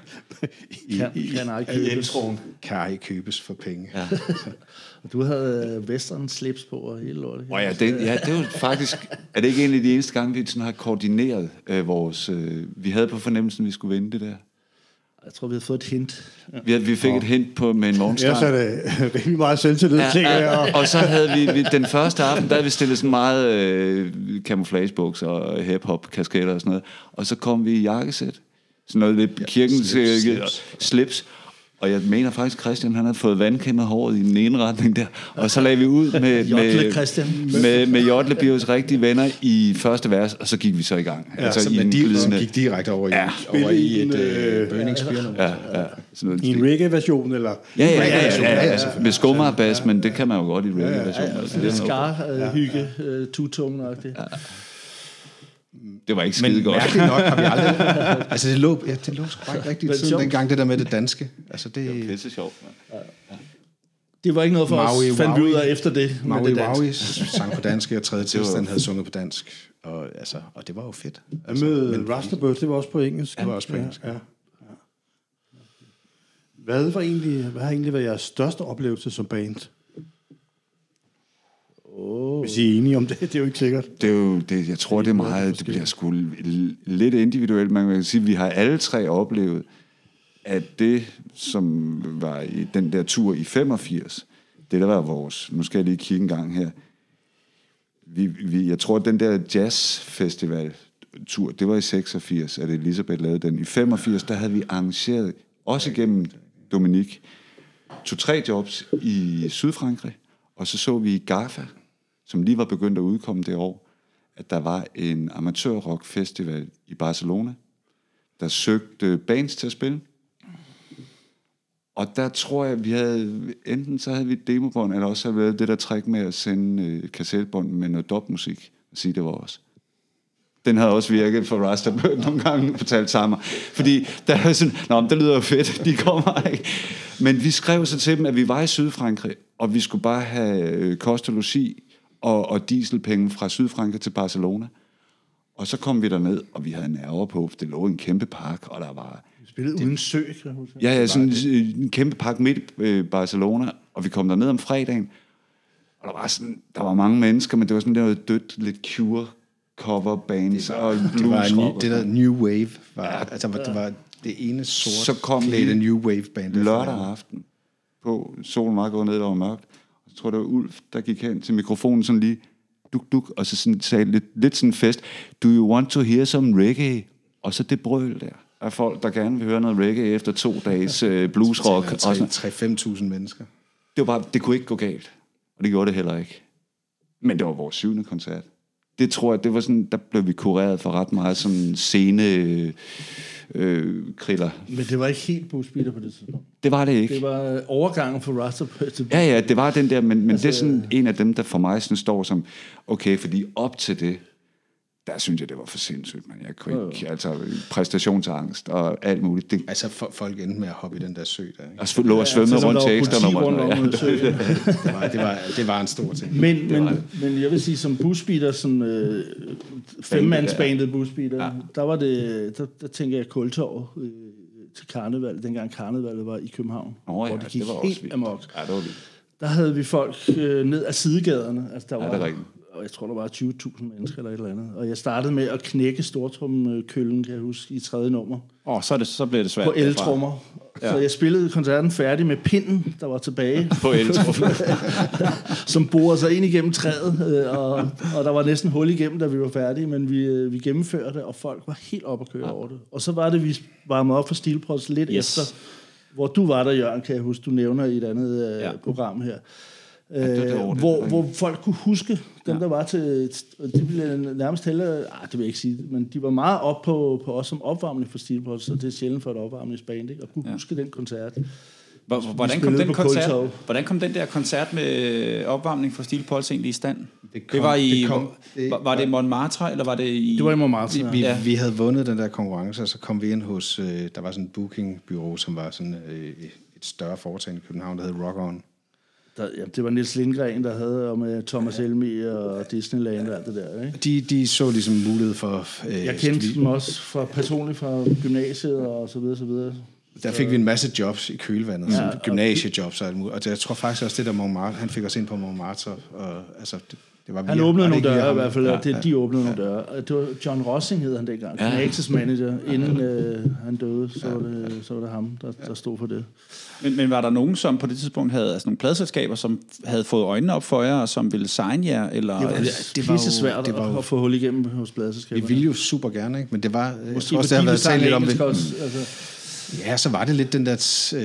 Speaker 3: Kan ej købes for penge. Ja.
Speaker 5: Og du havde western slips på og hele lortet.
Speaker 4: Det er jo faktisk... Er det ikke egentlig de eneste gange, vi sådan har koordineret vores... vi havde på fornemmelsen, vi skulle vinde det der?
Speaker 5: Jeg tror, vi havde fået et hint. Ja.
Speaker 4: Vi fik et hint med en morgenstart.
Speaker 2: Ja, så er det rimelig meget selvtillid, tænker jeg.
Speaker 4: Og så havde vi den første aften, der havde vi stillet sådan meget camouflagebukser og hip-hop kasketter og sådan noget. Og så kom vi i jakkesæt. Sådan noget lidt kirkens slips. Og jeg mener faktisk, Christian han havde fået vandkæmmet håret i den ene retning der. Og så lagde vi ud med Jotlebios rigtige venner i første vers, og så gik vi så i gang.
Speaker 3: Ja, altså, men de gik direkte over i et Burning Spear.
Speaker 2: I en reggae-version, eller?
Speaker 4: Ja. Med skummerbass, men det kan man jo godt i reggae-version.
Speaker 5: Det skar-hygge, tutungen-agtigt.
Speaker 4: Det var ikke skide godt.
Speaker 3: Men mærkeligt nok har vi aldrig... Altså, det lå sgu ikke rigtigt siden dengang, det der med det danske. Altså, det er
Speaker 4: pisse sjovt.
Speaker 5: Det var ikke noget for os, fandt vi ud af efter det.
Speaker 3: Maui Waui sang på dansk, og tredje tilstand havde sunget på dansk. Og det var jo fedt.
Speaker 2: Altså, med Rasterbird, det var også på engelsk.
Speaker 3: Det var også på engelsk, ja.
Speaker 2: Hvad har egentlig været jeres største oplevelse som band? Hvis I er enige om det, det er jo ikke sikkert.
Speaker 4: Det er jo, jeg tror, det er meget, det bliver sgu lidt individuelt. Man kan sige, at vi har alle 3 oplevet, at det, som var i den der tur i 85, det der var vores, nu skal jeg lige kigge en gang her, jeg tror, at den der jazzfestival-tur, det var i 86, at Elisabeth lavede den. I 85, der havde vi arrangeret, også igennem Dominik, 2-3 jobs i Sydfrankrig, og så vi i GAFA, som lige var begyndt at udkomme det år, at der var en amatørrock-festival i Barcelona, der søgte bands til at spille. Og der tror jeg, vi havde, enten så havde vi et demobånd, eller også havde vi det der træk med at sende kassettebånd med noget dubmusik, og sige, det var os. Den havde også virket for Rasterbird nogle gange, fortalt sammen. Fordi der var sådan, det lyder jo fedt, de kommer ikke. Men vi skrev så til dem, at vi var i Sydfrankrig, og vi skulle bare have kost og logi og dieselpenge fra Sydfrankrig til Barcelona. Og så kom vi derned, og vi havde nerver på, for det lå i en kæmpe park, og der var...
Speaker 5: Vi spillede uden sø, kan jeg huske.
Speaker 4: Ja, sådan en kæmpe park midt i Barcelona, og vi kom derned om fredagen, og der var mange mennesker, men det var sådan noget dødt, lidt Cure coverbands og bluesrock.
Speaker 3: Det der New Wave det var det ene sort
Speaker 4: så kom
Speaker 3: klædte New Wave band
Speaker 4: lørdag aften på solen var gået ned, der var mørkt. Og så tror jeg, det var Ulf, der gik hen til mikrofonen sådan lige duk, og så sådan sagde lidt sådan fest, do you want to hear some reggae? Og så det brøl der af folk, der gerne vil høre noget reggae efter 2 dages bluesrock.
Speaker 3: 3-5.000 mennesker.
Speaker 4: Det kunne ikke gå galt, og det gjorde det heller ikke. Men det var vores 7. koncert. Det tror jeg, det var sådan, der blev vi kureret for ret meget sådan scene kriller.
Speaker 5: Men det var ikke helt Busbeater på det tidspunkt.
Speaker 4: Det var det ikke.
Speaker 5: Det var overgangen for Rasterbird til
Speaker 4: Ja, det var den der, men altså, det er sådan en af dem, der for mig sådan står som, okay, fordi op til det, der synes jeg, det var for sindssygt, man. Jeg kunne ikke, altså præstationsangst og alt muligt. Det,
Speaker 3: Altså, folk endte med at hoppe i den der sø der, ikke?
Speaker 4: og lå og svømme rundt til ekstra nummer.
Speaker 3: Det var en stor ting.
Speaker 5: Men jeg vil sige, som Bushbeater, som femmandsbandet Bushbeater, der tænker jeg Kultorvet til karneval, dengang karnevalet var i København, hvor det gik helt amok.
Speaker 4: Ja, det var vildt.
Speaker 5: Der havde vi folk ned ad sidegaderne. Altså, der var,
Speaker 4: det er rigtigt.
Speaker 5: Og jeg tror, der var 20.000 mennesker eller et eller andet. Og jeg startede med at knække stortrummekøllen, kan jeg huske, i 3. nummer.
Speaker 1: Så blev det svært.
Speaker 5: På eltrummer. Ja. Så jeg spillede koncerten færdig med pinden, der var tilbage.
Speaker 1: På eltrummer.
Speaker 5: Som borede sig ind igennem træet. Og der var næsten hul igennem, da vi var færdige. Men vi gennemførte, og folk var helt op at køre over det. Og så var det, vi varmede op for Stilprods lidt efter, hvor du var der, Jørgen, kan jeg huske, du nævner i et andet program her. Hvor folk kunne huske dem, der var til... De blev nærmest heller... det vil jeg ikke sige, men de var meget op på os som opvarmning for Stilprods, så det er sjældent for et opvarmningsband, ikke? Og kunne huske den koncert.
Speaker 1: Hvordan kom den der koncert med opvarmning for Stilprods egentlig i stand? Var det Montmartre, eller var det i...
Speaker 5: Det var i Montmartre,
Speaker 3: Vi havde vundet den der konkurrence, og så kom vi ind hos... der var sådan et bookingbyrå, som var sådan et større foretagende i København, der hed Rock On.
Speaker 5: Det var Niels Lindgren, der havde, og med Thomas Helmig og Disneyland og alt det der, ikke?
Speaker 3: De så ligesom mulighed for...
Speaker 5: jeg kendte dem også personligt fra gymnasiet og så videre, så videre.
Speaker 3: Der fik vi en masse jobs i kølvandet, som gymnasiejobs og alt muligt. Og jeg tror faktisk også, det der Montmartre, han fik os ind på Montmartre. Og, altså, det var
Speaker 5: han åbnede nogle døre i hvert fald, de åbnede nogle døre. Det var John Rossing, hed han dengang, Access Manager, inden han døde, så var det ham, der stod for det.
Speaker 1: Men var der nogen, som på det tidspunkt havde altså nogle pladselskaber, som havde fået øjnene op for jer, og som ville signe jer? Eller?
Speaker 5: Det var svært at få hul igennem hos pladselskaberne.
Speaker 3: Vi ville jo super gerne, ikke? Men det var...
Speaker 5: Måske også, der har været talt lidt om det.
Speaker 3: Ja, så var det lidt den der...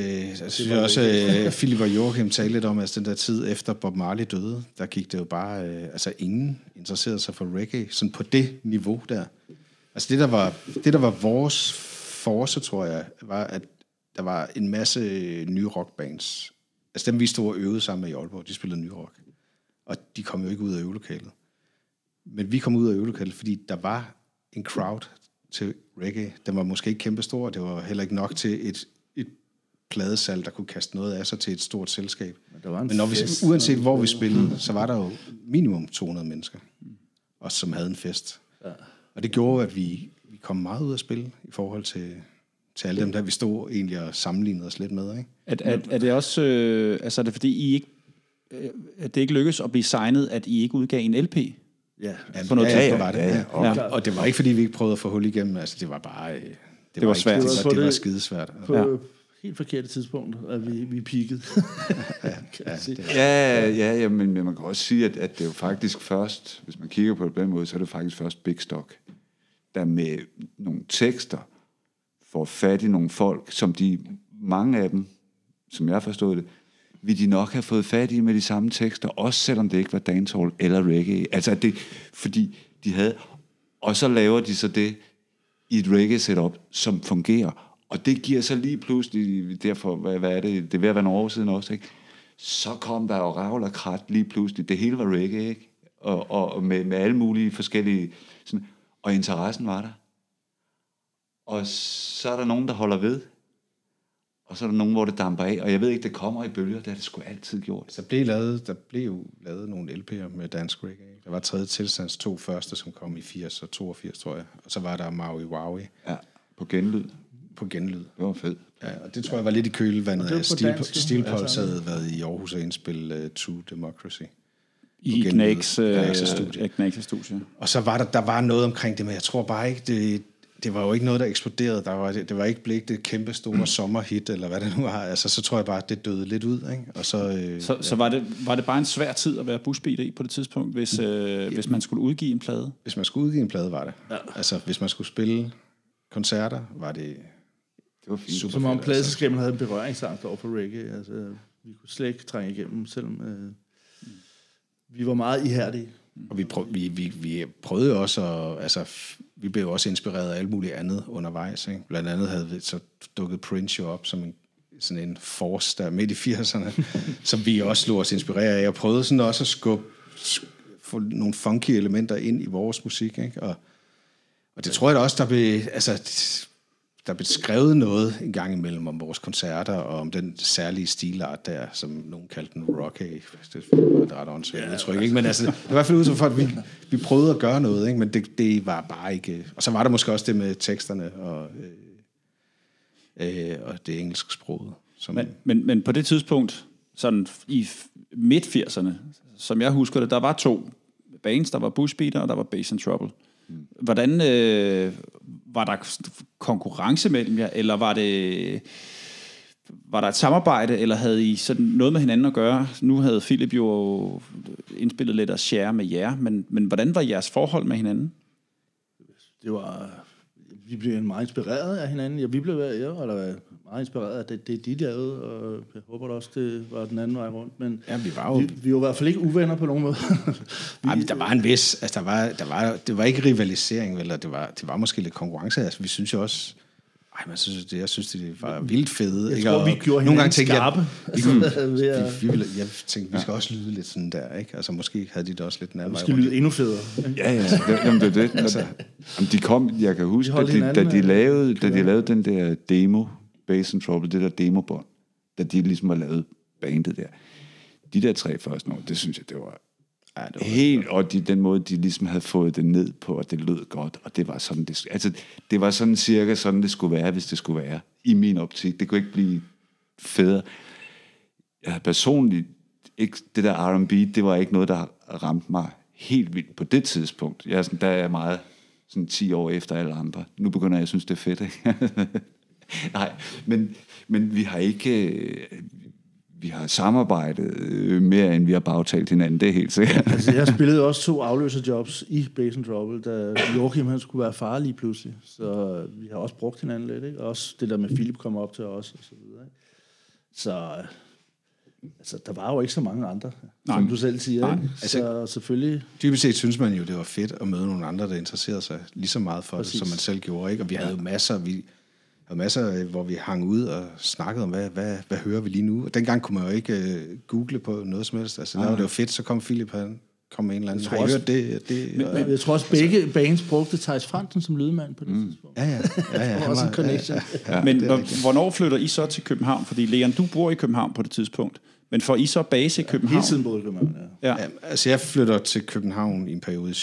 Speaker 3: Philip og Joachim talte lidt om, at den der tid efter Bob Marley døde, der gik det jo bare... ingen interesserede sig for reggae, sådan på det niveau der. Altså det, der var vores force, tror jeg, var, at der var en masse nye rockbands. Altså dem, vi stod og øvede sammen med i Aalborg, de spillede ny rock. Og de kom jo ikke ud af øvelokalet. Men vi kom ud af øvelokalet, fordi der var en crowd til reggae. Den var måske ikke kæmpestor, det var heller ikke nok til et pladesalg, der kunne kaste noget af sig til et stort selskab. Men når vi, uanset hvor vi spillede, så var der jo minimum 200 mennesker, og som havde en fest. Ja. Og det gjorde, at vi kom meget ud at spille i forhold til alle dem, der vi stod egentlig og sammenlignede os lidt med. Ikke?
Speaker 1: Er det også, altså er det fordi I ikke, at det ikke lykkedes at blive signet, at I ikke udgav en LP?
Speaker 3: Ja, det var det. Ja. Og det var ikke, fordi vi ikke prøvede at få hul igennem. Altså, det var bare...
Speaker 1: Det var svært.
Speaker 3: Det var skidesvært.
Speaker 5: På helt forkerte tidspunkt, at vi peakede.
Speaker 4: Men man kan også sige, at det er jo faktisk først, hvis man kigger på det på den måde, så er det faktisk først Big Stock, der med nogle tekster får fat i nogle folk, som mange af dem, som jeg forstod det, vil de nok have fået fat i med de samme tekster, også selvom det ikke var dancehall eller reggae. Altså det, fordi de havde... Og så laver de så det i et reggae-setup, som fungerer. Og det giver så lige pludselig, derfor, hvad er det? Det er ved at være nogle år siden også, ikke? Så kom der jo ravl og krat lige pludselig. Det hele var reggae, ikke? Og med alle mulige forskellige... Sådan, og interessen var der. Og så er der nogen, der holder ved. Og så er der nogen, hvor det damper af. Og jeg ved ikke, det kommer i bølger. Det har det sgu altid gjort.
Speaker 3: Der blev jo lavet nogle LP'er med dansk reggae. Der var tredje tilstands 2 første, som kom i 80 og 82, tror jeg. Og så var der Maui Wowie.
Speaker 4: Ja, på genlyd.
Speaker 3: Det
Speaker 4: var fedt.
Speaker 3: Ja, og det tror jeg var lidt i kølvandet af Stilpols havde været i Aarhus og indspille True Democracy.
Speaker 1: I Knæks studie.
Speaker 3: Og så var der var noget omkring det, men jeg tror bare ikke, det var jo ikke noget, der eksploderede. Det var ikke blevet det kæmpe store sommerhit, eller hvad det nu var. Altså, så tror jeg bare, at det døde lidt ud. Ikke? Og
Speaker 1: så var det bare en svær tid at være Bushbeater i på det tidspunkt, hvis man skulle udgive en plade?
Speaker 3: Hvis man skulle udgive en plade, var det. Ja. Altså, hvis man skulle spille koncerter, var det
Speaker 5: var fint. Super som om pladeselskaberne havde en berøringsangst over for reggae. Altså, vi kunne slet ikke trænge igennem, selvom vi var meget ihærdige.
Speaker 3: Og vi prøvede også vi blev også inspireret af alt muligt andet undervejs. Ikke? Blandt andet havde vi så dukket Prince jo op som sådan en force der midt i 80'erne, som vi også lod os inspirere af. Og prøvede sådan også at få nogle funky elementer ind i vores musik. Ikke? Og det tror jeg da også, der blev skrevet noget en gang imellem om vores koncerter, og om den særlige stilart der, som nogen kaldte den rock'n'roll. Det var ret åndssvagt udtryk, ikke? Men altså, det var i hvert fald ud for, at vi prøvede at gøre noget, ikke? Men det var bare ikke... Og så var der måske også det med teksterne og det engelske sprog.
Speaker 1: Men på det tidspunkt, sådan i midt-80'erne, som jeg husker det, der var 2 bands, der var Bushbeater, og der var Bass and Trouble. Hvordan var der konkurrence mellem jer, eller var der et samarbejde, eller havde I sådan noget med hinanden at gøre? Nu havde Philip jo indspillet lidt af Share med jer, men hvordan var jeres forhold med hinanden?
Speaker 5: Det var... Vi blev meget inspireret af hinanden. Ja, vi blev meget inspireret af det de lavede, og jeg håber da også, det var den anden vej rundt. Men
Speaker 3: ja, vi var
Speaker 5: i hvert fald ikke uvenner på nogen måde.
Speaker 3: Der var en vis... Altså, det var ikke rivalisering, eller det var måske lidt konkurrence. Altså, vi synes jo også... jeg synes, det var vildt fede.
Speaker 5: Jeg tror, vi gjorde hinanden skarpe.
Speaker 3: Jeg tænkte, vi skal også lyde lidt sådan der, ikke? Altså, måske havde de det også lidt nærmere.
Speaker 5: Vi skal lyde endnu federe.
Speaker 4: Ja. Jamen, det er det. Altså, de kom, jeg kan huske, da de lavede den der demo, Bass and Trouble, det der demobånd, da de ligesom har lavet bandet der. De der 3 første år, det synes jeg, det var helt, og den måde, de ligesom havde fået det ned på, og det lød godt, og det var sådan, det var sådan cirka sådan, det skulle være, hvis det skulle være, i min optik. Det kunne ikke blive federe. Jeg havde personligt, det der R&B, det var ikke noget, der ramte mig helt vildt på det tidspunkt. Der er jeg meget sådan 10 år efter alle andre. Nu begynder jeg at synes, det er fedt, ikke? Nej, men vi har ikke... Vi har samarbejdet mere, end vi har bagtalt hinanden, det er helt sikkert.
Speaker 5: Altså, jeg spillede også 2 afløserjobs i Bass and Trouble, da Joachim han skulle være far lige pludselig. Så vi har også brugt hinanden lidt, ikke? Også det der med Philip kom op til os, og så videre, ikke? Så altså, der var jo ikke så mange andre, som du selv siger. Ikke? Så selvfølgelig...
Speaker 3: Dybest set synes man jo, det var fedt at møde nogle andre, der interesserede sig lige så meget for det, som man selv gjorde, ikke? Og vi havde jo masser, hvor vi hang ud og snakkede om, hvad hører vi lige nu? Og dengang kunne man jo ikke google på noget som helst. Altså, der var det jo fedt, så kom Philip, han kom med en eller anden.
Speaker 5: Jeg tror også, jeg tror også begge bands brugte Theis Fransen som lydmand på det tidspunkt.
Speaker 3: Ja.
Speaker 5: Han også en connection.
Speaker 1: Men hvornår flytter I så til København? Fordi Leon, du bor i København på det tidspunkt. Men får I så base i København?
Speaker 5: Hele tiden boede i København,
Speaker 3: ja. Altså, jeg flytter til København i en periode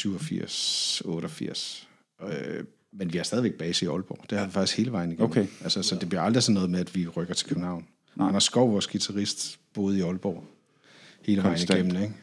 Speaker 3: 87-88. Men vi har stadigvæk base i Aalborg. Det har vi faktisk hele vejen igennem.
Speaker 1: Okay.
Speaker 3: Altså, så det bliver aldrig sådan noget med, at vi rykker til København. Anders Skov, vores guitarist, boede i Aalborg hele vejen igennem, ikke?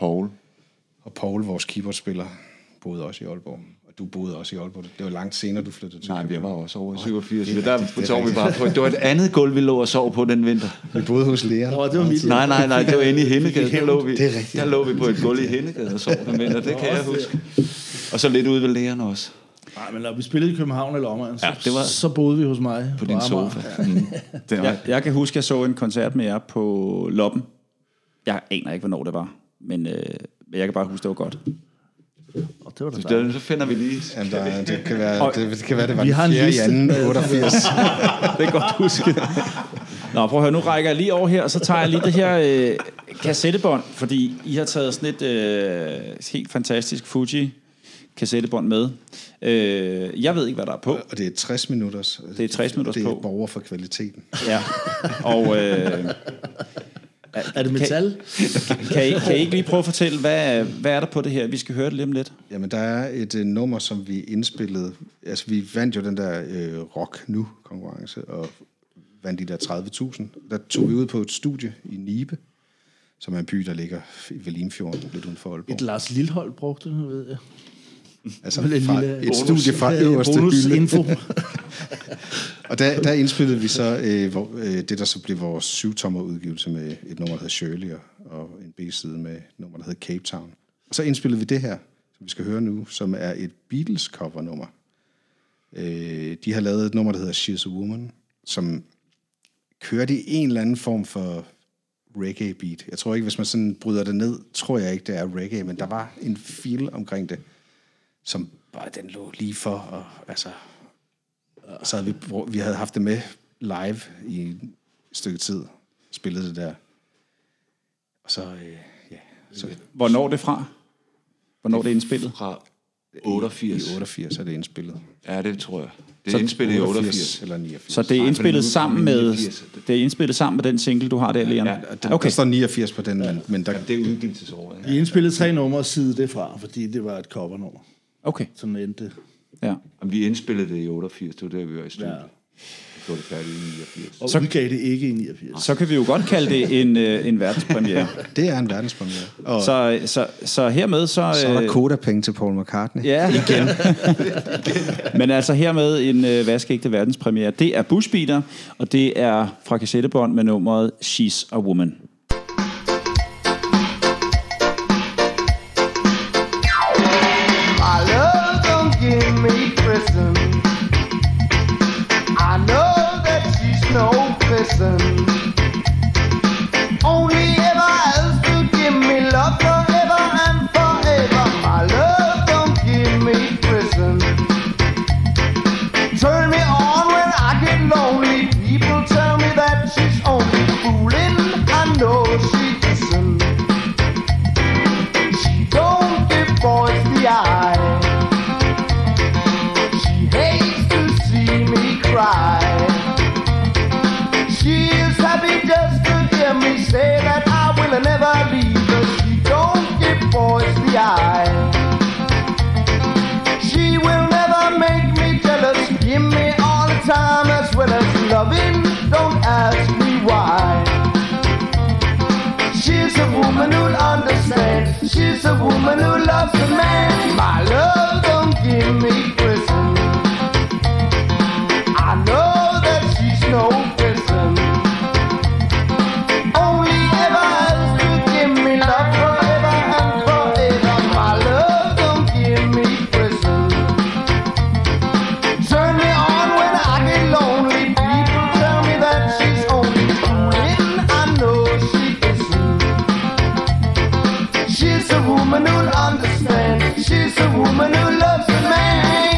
Speaker 3: Paul, vores keyboardspiller, boede også i Aalborg. Og du boede også i Aalborg. Det var langt senere, du flyttede til København.
Speaker 4: Nej, jeg var også over i 87. Der sov vi bare på. Det var et andet gulv, vi lå og sov på den vinter.
Speaker 3: Vi boede hos Leon.
Speaker 5: Det var mit.
Speaker 4: Nej, det var inde i Hennegade.
Speaker 3: Der
Speaker 4: lå vi på et gulv i Hennegade og sov den vinter. Det kan jeg huske. Og så lidt ude ved Leon også.
Speaker 5: Nej, men når vi spillede i København eller omegn, så boede vi hos mig.
Speaker 4: På din sofa.
Speaker 1: Jeg kan huske, at jeg så en koncert med jer på Loppen. Jeg aner ikke, hvornår det var. Men jeg kan bare huske, det var godt.
Speaker 5: Og det var det.
Speaker 4: Så finder vi lige.
Speaker 3: Det kan være, det var
Speaker 5: vi har en
Speaker 3: 4. 88.
Speaker 1: Det er godt huske. Nå, prøv at høre, nu rækker jeg lige over her, og så tager jeg lige det her kassettebånd, fordi I har taget sådan et helt fantastisk Fuji kassettebånd med. Jeg ved ikke, hvad der er på.
Speaker 3: Og det er 60 minutters.
Speaker 1: Det er 60 minutters
Speaker 3: på.
Speaker 1: på.
Speaker 3: Det er borger for kvaliteten.
Speaker 1: Ja, og...
Speaker 5: er det metal?
Speaker 1: Kan I ikke lige prøve at fortælle, hvad er der på det her? Vi skal høre det lige om lidt.
Speaker 3: Jamen, der er et nummer, som vi indspillede. Altså, vi vandt jo den der Rock Nu-konkurrence, og vandt de der 30.000. Der tog vi ud på et studie i Nibe, som er en by, der ligger ved Limfjorden, lidt uden for Aalborg.
Speaker 5: Et Lars Lilholt brugte det, ved jeg.
Speaker 3: Altså et studie fra øverste hylde. Og der indspillede vi så det, der så blev vores 7-tommer udgivelse med et nummer, der hedder Shirley, og en B-side med et nummer, der hedder Cape Town. Og så indspillede vi det her, som vi skal høre nu, som er et Beatles-cover-nummer. De har lavet et nummer, der hedder She's a Woman, som kørte i en eller anden form for reggae-beat. Jeg tror ikke, hvis man sådan bryder det ned, tror jeg ikke, det er reggae, men der var en feel omkring det, som bare den lå lige for, og altså, så havde vi havde haft det med live i et stykke tid, spillede det der, og så,
Speaker 1: Hvornår er det fra? Hvornår er det indspillet?
Speaker 4: Fra 88.
Speaker 3: I 88 er det indspillet.
Speaker 4: Ja, det tror jeg. Det er indspillet i 88.
Speaker 3: Eller 89.
Speaker 1: Så det er indspillet sammen med
Speaker 4: 89.
Speaker 1: det er indspillet sammen med den single du har der, Leon.
Speaker 3: Ja, der står 89 på den, men der...
Speaker 4: Det er udgivelsesåret.
Speaker 5: Vi indspillede 3 numre og sidde det fra, fordi det var et covernummer.
Speaker 1: Okay.
Speaker 5: Sådan endte det.
Speaker 1: Ja.
Speaker 4: Og vi indspillede det i 88, det var der, vi var i studiet.
Speaker 5: Ja.
Speaker 4: Vi gjorde det færdigt i 89.
Speaker 5: Og så udgav det ikke i 89.
Speaker 1: Så kan vi jo godt kalde det en verdenspremiere.
Speaker 3: Det er en verdenspremiere. Og
Speaker 1: Så hermed så...
Speaker 3: så er der Koda-penge til Paul McCartney.
Speaker 1: Ja, igen. Men altså hermed en vaskeægte verdenspremiere. Det er Bushbeater, og det er fra kassettebånd med nummeret She's a Woman.
Speaker 6: My love don't give me prison. I know that she's no prison. Only ever else to give me love forever and forever. My love don't give me prison. Turn me on when I get lonely. People tell me that she's only fooling. I know she isn't. She don't give boys the eye. She hates to see me cry. She is happy just to hear me say that I will never leave her. She don't give boys the eye. She will never make me jealous. Give me all the time as well as loving. Don't ask me why. She's a woman who'll understand. She's a woman who loves a man. My love don't give me prison. I know that she's no prison. Only ever else to give me love forever and forever. My love don't give me prison. Turn me on when I get lonely. People tell me that she's only fooling. I know she isn't. She's a woman who'll understand. She's a woman who loves a man.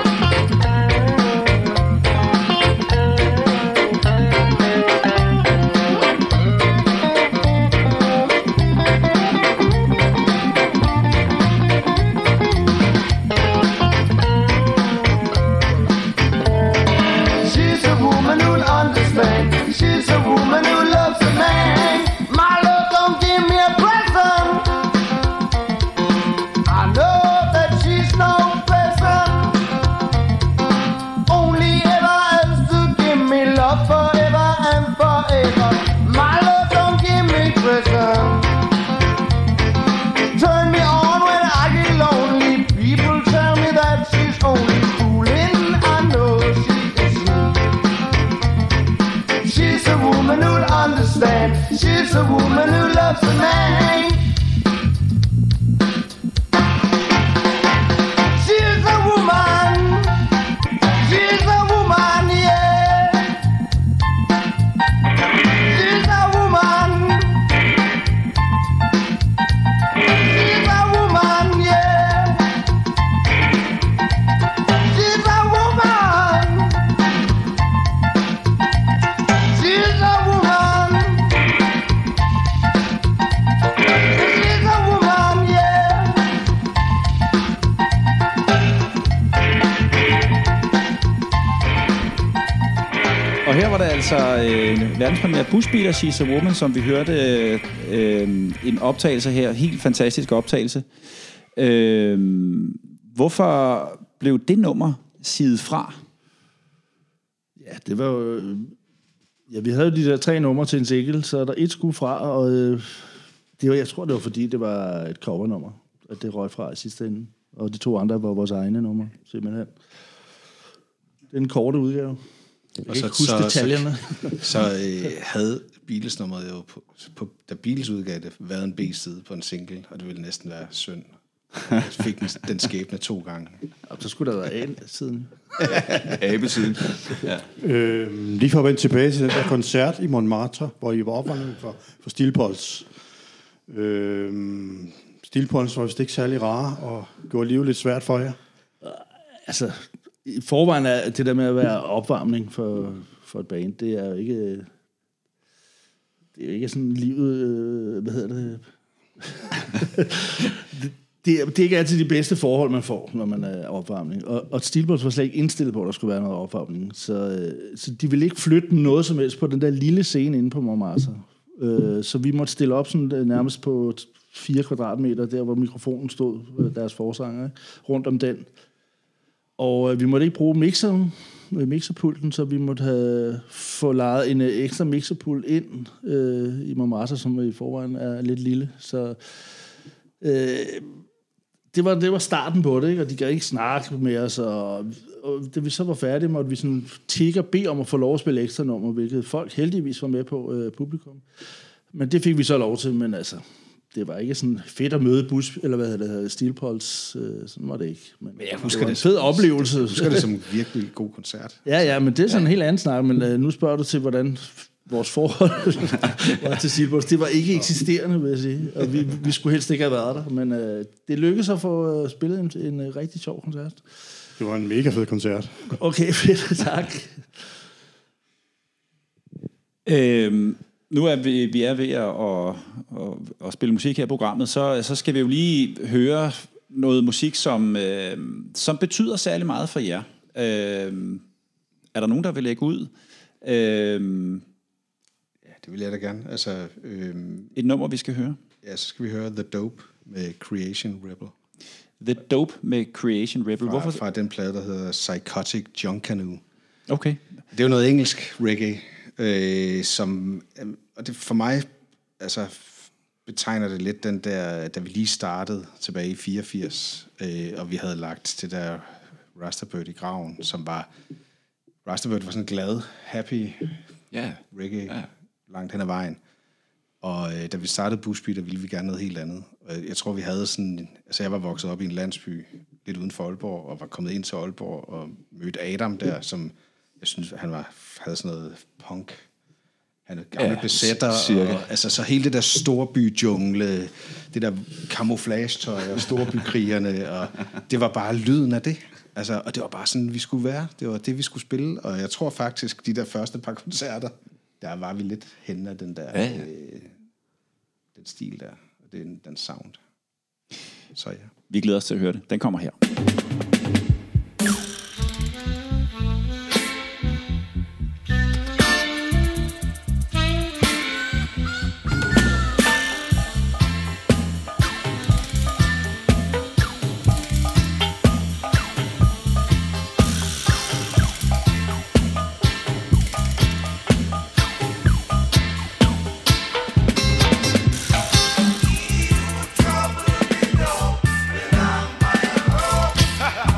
Speaker 6: She's a woman who'll understand. She's a woman who loves a man. My love don't give me a present. I know that she's no present. Only ever else to give me love forever and forever. My love don't give me present. Turn me on when I get lonely. People tell me that she's only fooling. I know she isn't. She's a woman who'll understand. She's a woman who loves a man. She's a woman. She's a woman, yeah. She's a woman. She's a woman, yeah. She's a woman. She's a woman. She's a woman, yeah.
Speaker 1: Og her var der altså verdenspremiere Bushbeater, She's a Woman, som vi hørte en optagelse her. Helt fantastisk optagelse. Hvorfor blev det nummer sidet fra?
Speaker 5: Ja, det var jo... Ja, vi havde jo de der 3 numre til en single, så der 1 skulle fra, og det var, jeg tror, det var fordi, det var et covernummer, at det røg fra i sidste ende. Og de 2 andre var vores egne numre, simpelthen. Det er en korte udgave. Jeg kan ikke huske detaljerne.
Speaker 3: Så havde Beatles-nummeret jo, da Beatles udgav det, været en B-side på en single, og det ville næsten være synd. Jeg fik den skæbne 2 gange.
Speaker 5: Og så skulle der være A-siden.
Speaker 4: Abesiden. Ja.
Speaker 2: Lige for at vende tilbage til den der koncert i Montmartre, hvor I var opvarmet for Stilpols. Stilpols var vist ikke særlig rare, og gjorde livet lidt svært for jer.
Speaker 5: Altså, i forvejen er det der med at være opvarmning for et band, det er jo ikke... Det er jo ikke sådan livet... hvad hedder det? det er ikke altid de bedste forhold, man får, når man er opvarmning. Og Steelballs var slet ikke indstillet på, at der skulle være noget opvarmning. Så de ville ikke flytte noget som helst på den der lille scene inde på Montmartre. Så vi måtte stille op sådan, nærmest på 4 kvadratmeter, der hvor mikrofonen stod, deres forsanger, rundt om den. Og vi måtte ikke bruge mixerpulten, så vi måtte få lejet en ekstra mixerpult ind i Montmartre, som i forvejen er lidt lille. Så det var starten på det, ikke? Og de kan ikke snakke med os. Og da vi så var færdige, måtte vi sådan tigge og bede om at få lov at spille ekstra nummer, hvilket folk heldigvis var med på, publikum. Men det fik vi så lov til, men altså, det var ikke sådan fedt at møde Steelballs, sådan var det ikke. Men
Speaker 3: jeg husker
Speaker 5: det var en fed oplevelse.
Speaker 3: Jeg husker det som en virkelig god koncert.
Speaker 5: Ja, men det er sådan en helt anden snak, men nu spørger du til, hvordan vores forhold var til Steelballs. Det var ikke eksisterende, vil jeg sige, og vi skulle helst ikke have været der, men det lykkedes at få spillet en rigtig sjov koncert.
Speaker 2: Det var en mega fed koncert.
Speaker 5: Okay, fedt, tak.
Speaker 1: Nu er vi er ved at spille musik her i programmet, så skal vi jo lige høre noget musik, som betyder særlig meget for jer. Er der nogen, der vil lægge ud?
Speaker 3: Ja, det vil jeg da gerne. Altså,
Speaker 1: et nummer, vi skal høre?
Speaker 3: Ja, så skal vi høre The Dope med Creation Rebel.
Speaker 1: The Dope med Creation Rebel. Hvorfor?
Speaker 3: Fra den plade, der hedder Psychotic Junkanoo.
Speaker 1: Okay.
Speaker 3: Det er jo noget engelsk reggae, som... Og det for mig altså, betegner det lidt den der, da vi lige startede tilbage i 84, og vi havde lagt det der Rastabird i graven, som var... Rastabird var sådan glad, happy reggae langt hen ad vejen. Og da vi startede Bushbeat, ville vi gerne noget helt andet. Og jeg tror, vi havde sådan... Altså, jeg var vokset op i en landsby lidt uden for Aalborg, og var kommet ind til Aalborg og mødte Adam der, som jeg synes, havde sådan noget punk. Han er gamle besætter, og altså, så hele det der storby-jungle, det der camouflage-tøj og storbykrigerne, og det var bare lyden af det. Altså, og det var bare sådan, vi skulle være. Det var det, vi skulle spille. Og jeg tror faktisk, de der første par koncerter, der var vi lidt henne af den der den stil der, og den sound. Så ja.
Speaker 1: Vi glæder os til at høre det. Den kommer her.
Speaker 6: Ha ha!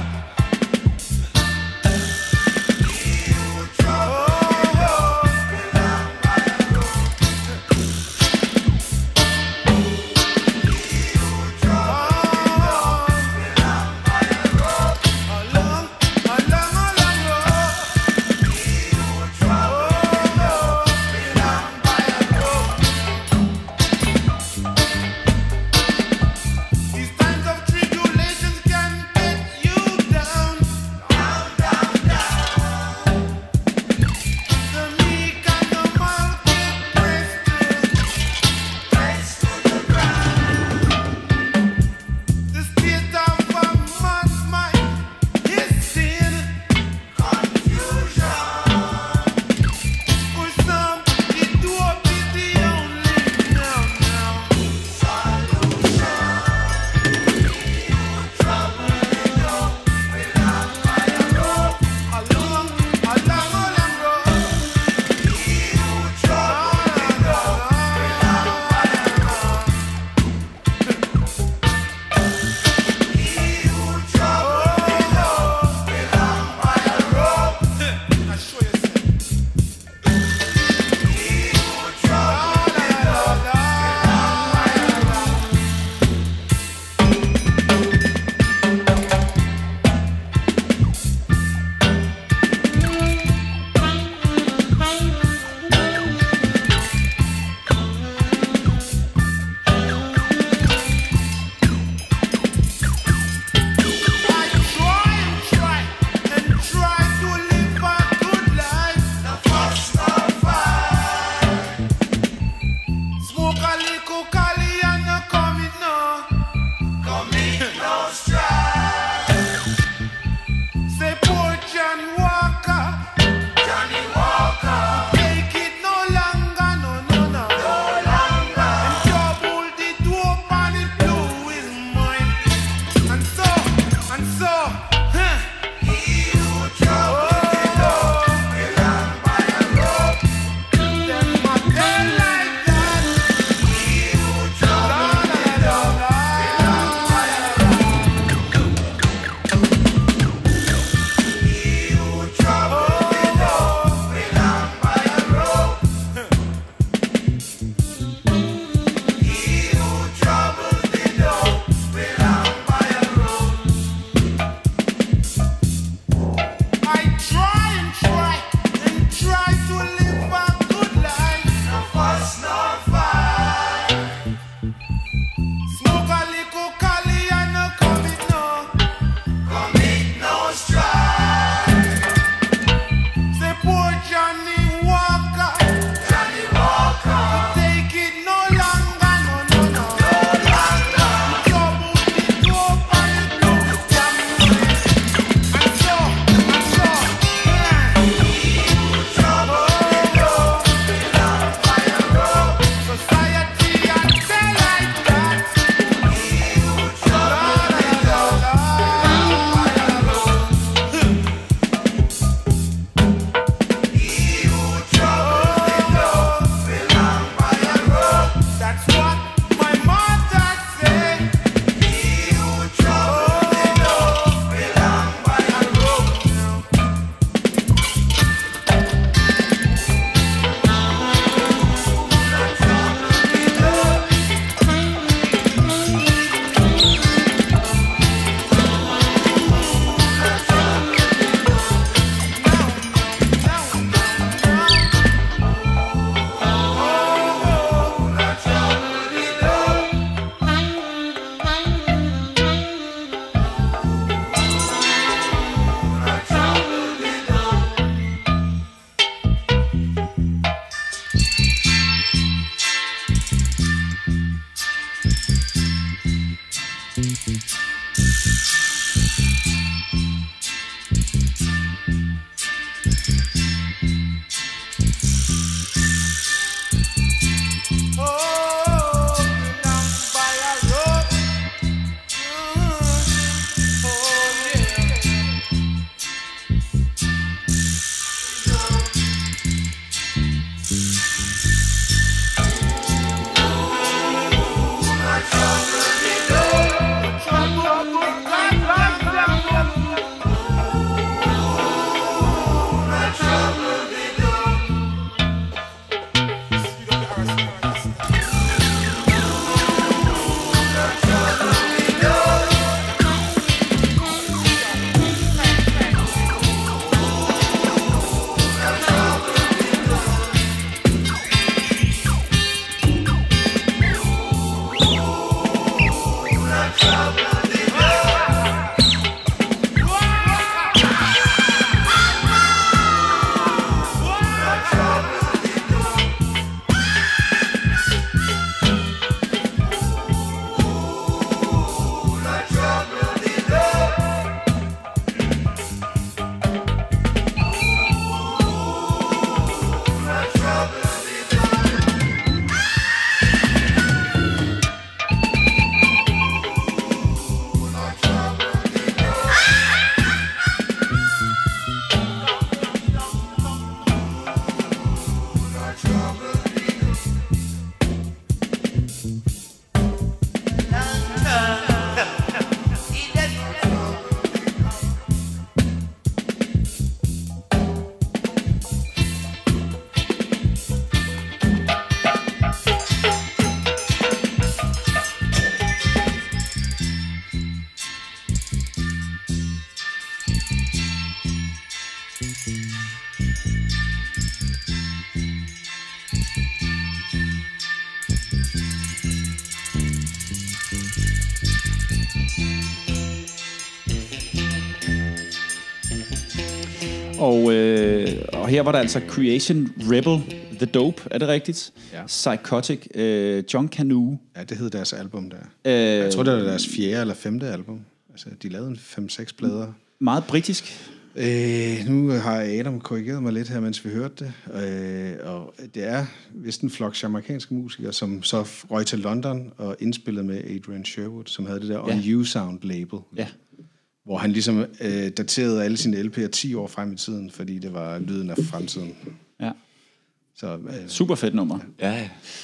Speaker 1: Og her var der altså Creation, Rebel, The Dope, er det rigtigt?
Speaker 3: Ja.
Speaker 1: Psychotic, John Canoe.
Speaker 3: Ja, det hed deres album der. Jeg tror, det var deres 4. eller 5. album. Altså, de lavede 5-6 plader.
Speaker 1: Meget britisk.
Speaker 3: Nu har Adam korrigeret mig lidt her, mens vi hørte det. Og det er vist en flok jamaikanske musikere, som så røg til London og indspillede med Adrian Sherwood, som havde det der On You Sound label.
Speaker 1: Ja.
Speaker 3: Hvor han ligesom daterede alle sine LP'er 10 år frem i tiden, fordi det var lyden af fremtiden.
Speaker 1: Ja.
Speaker 3: Så,
Speaker 1: super fedt nummer.
Speaker 4: Ja.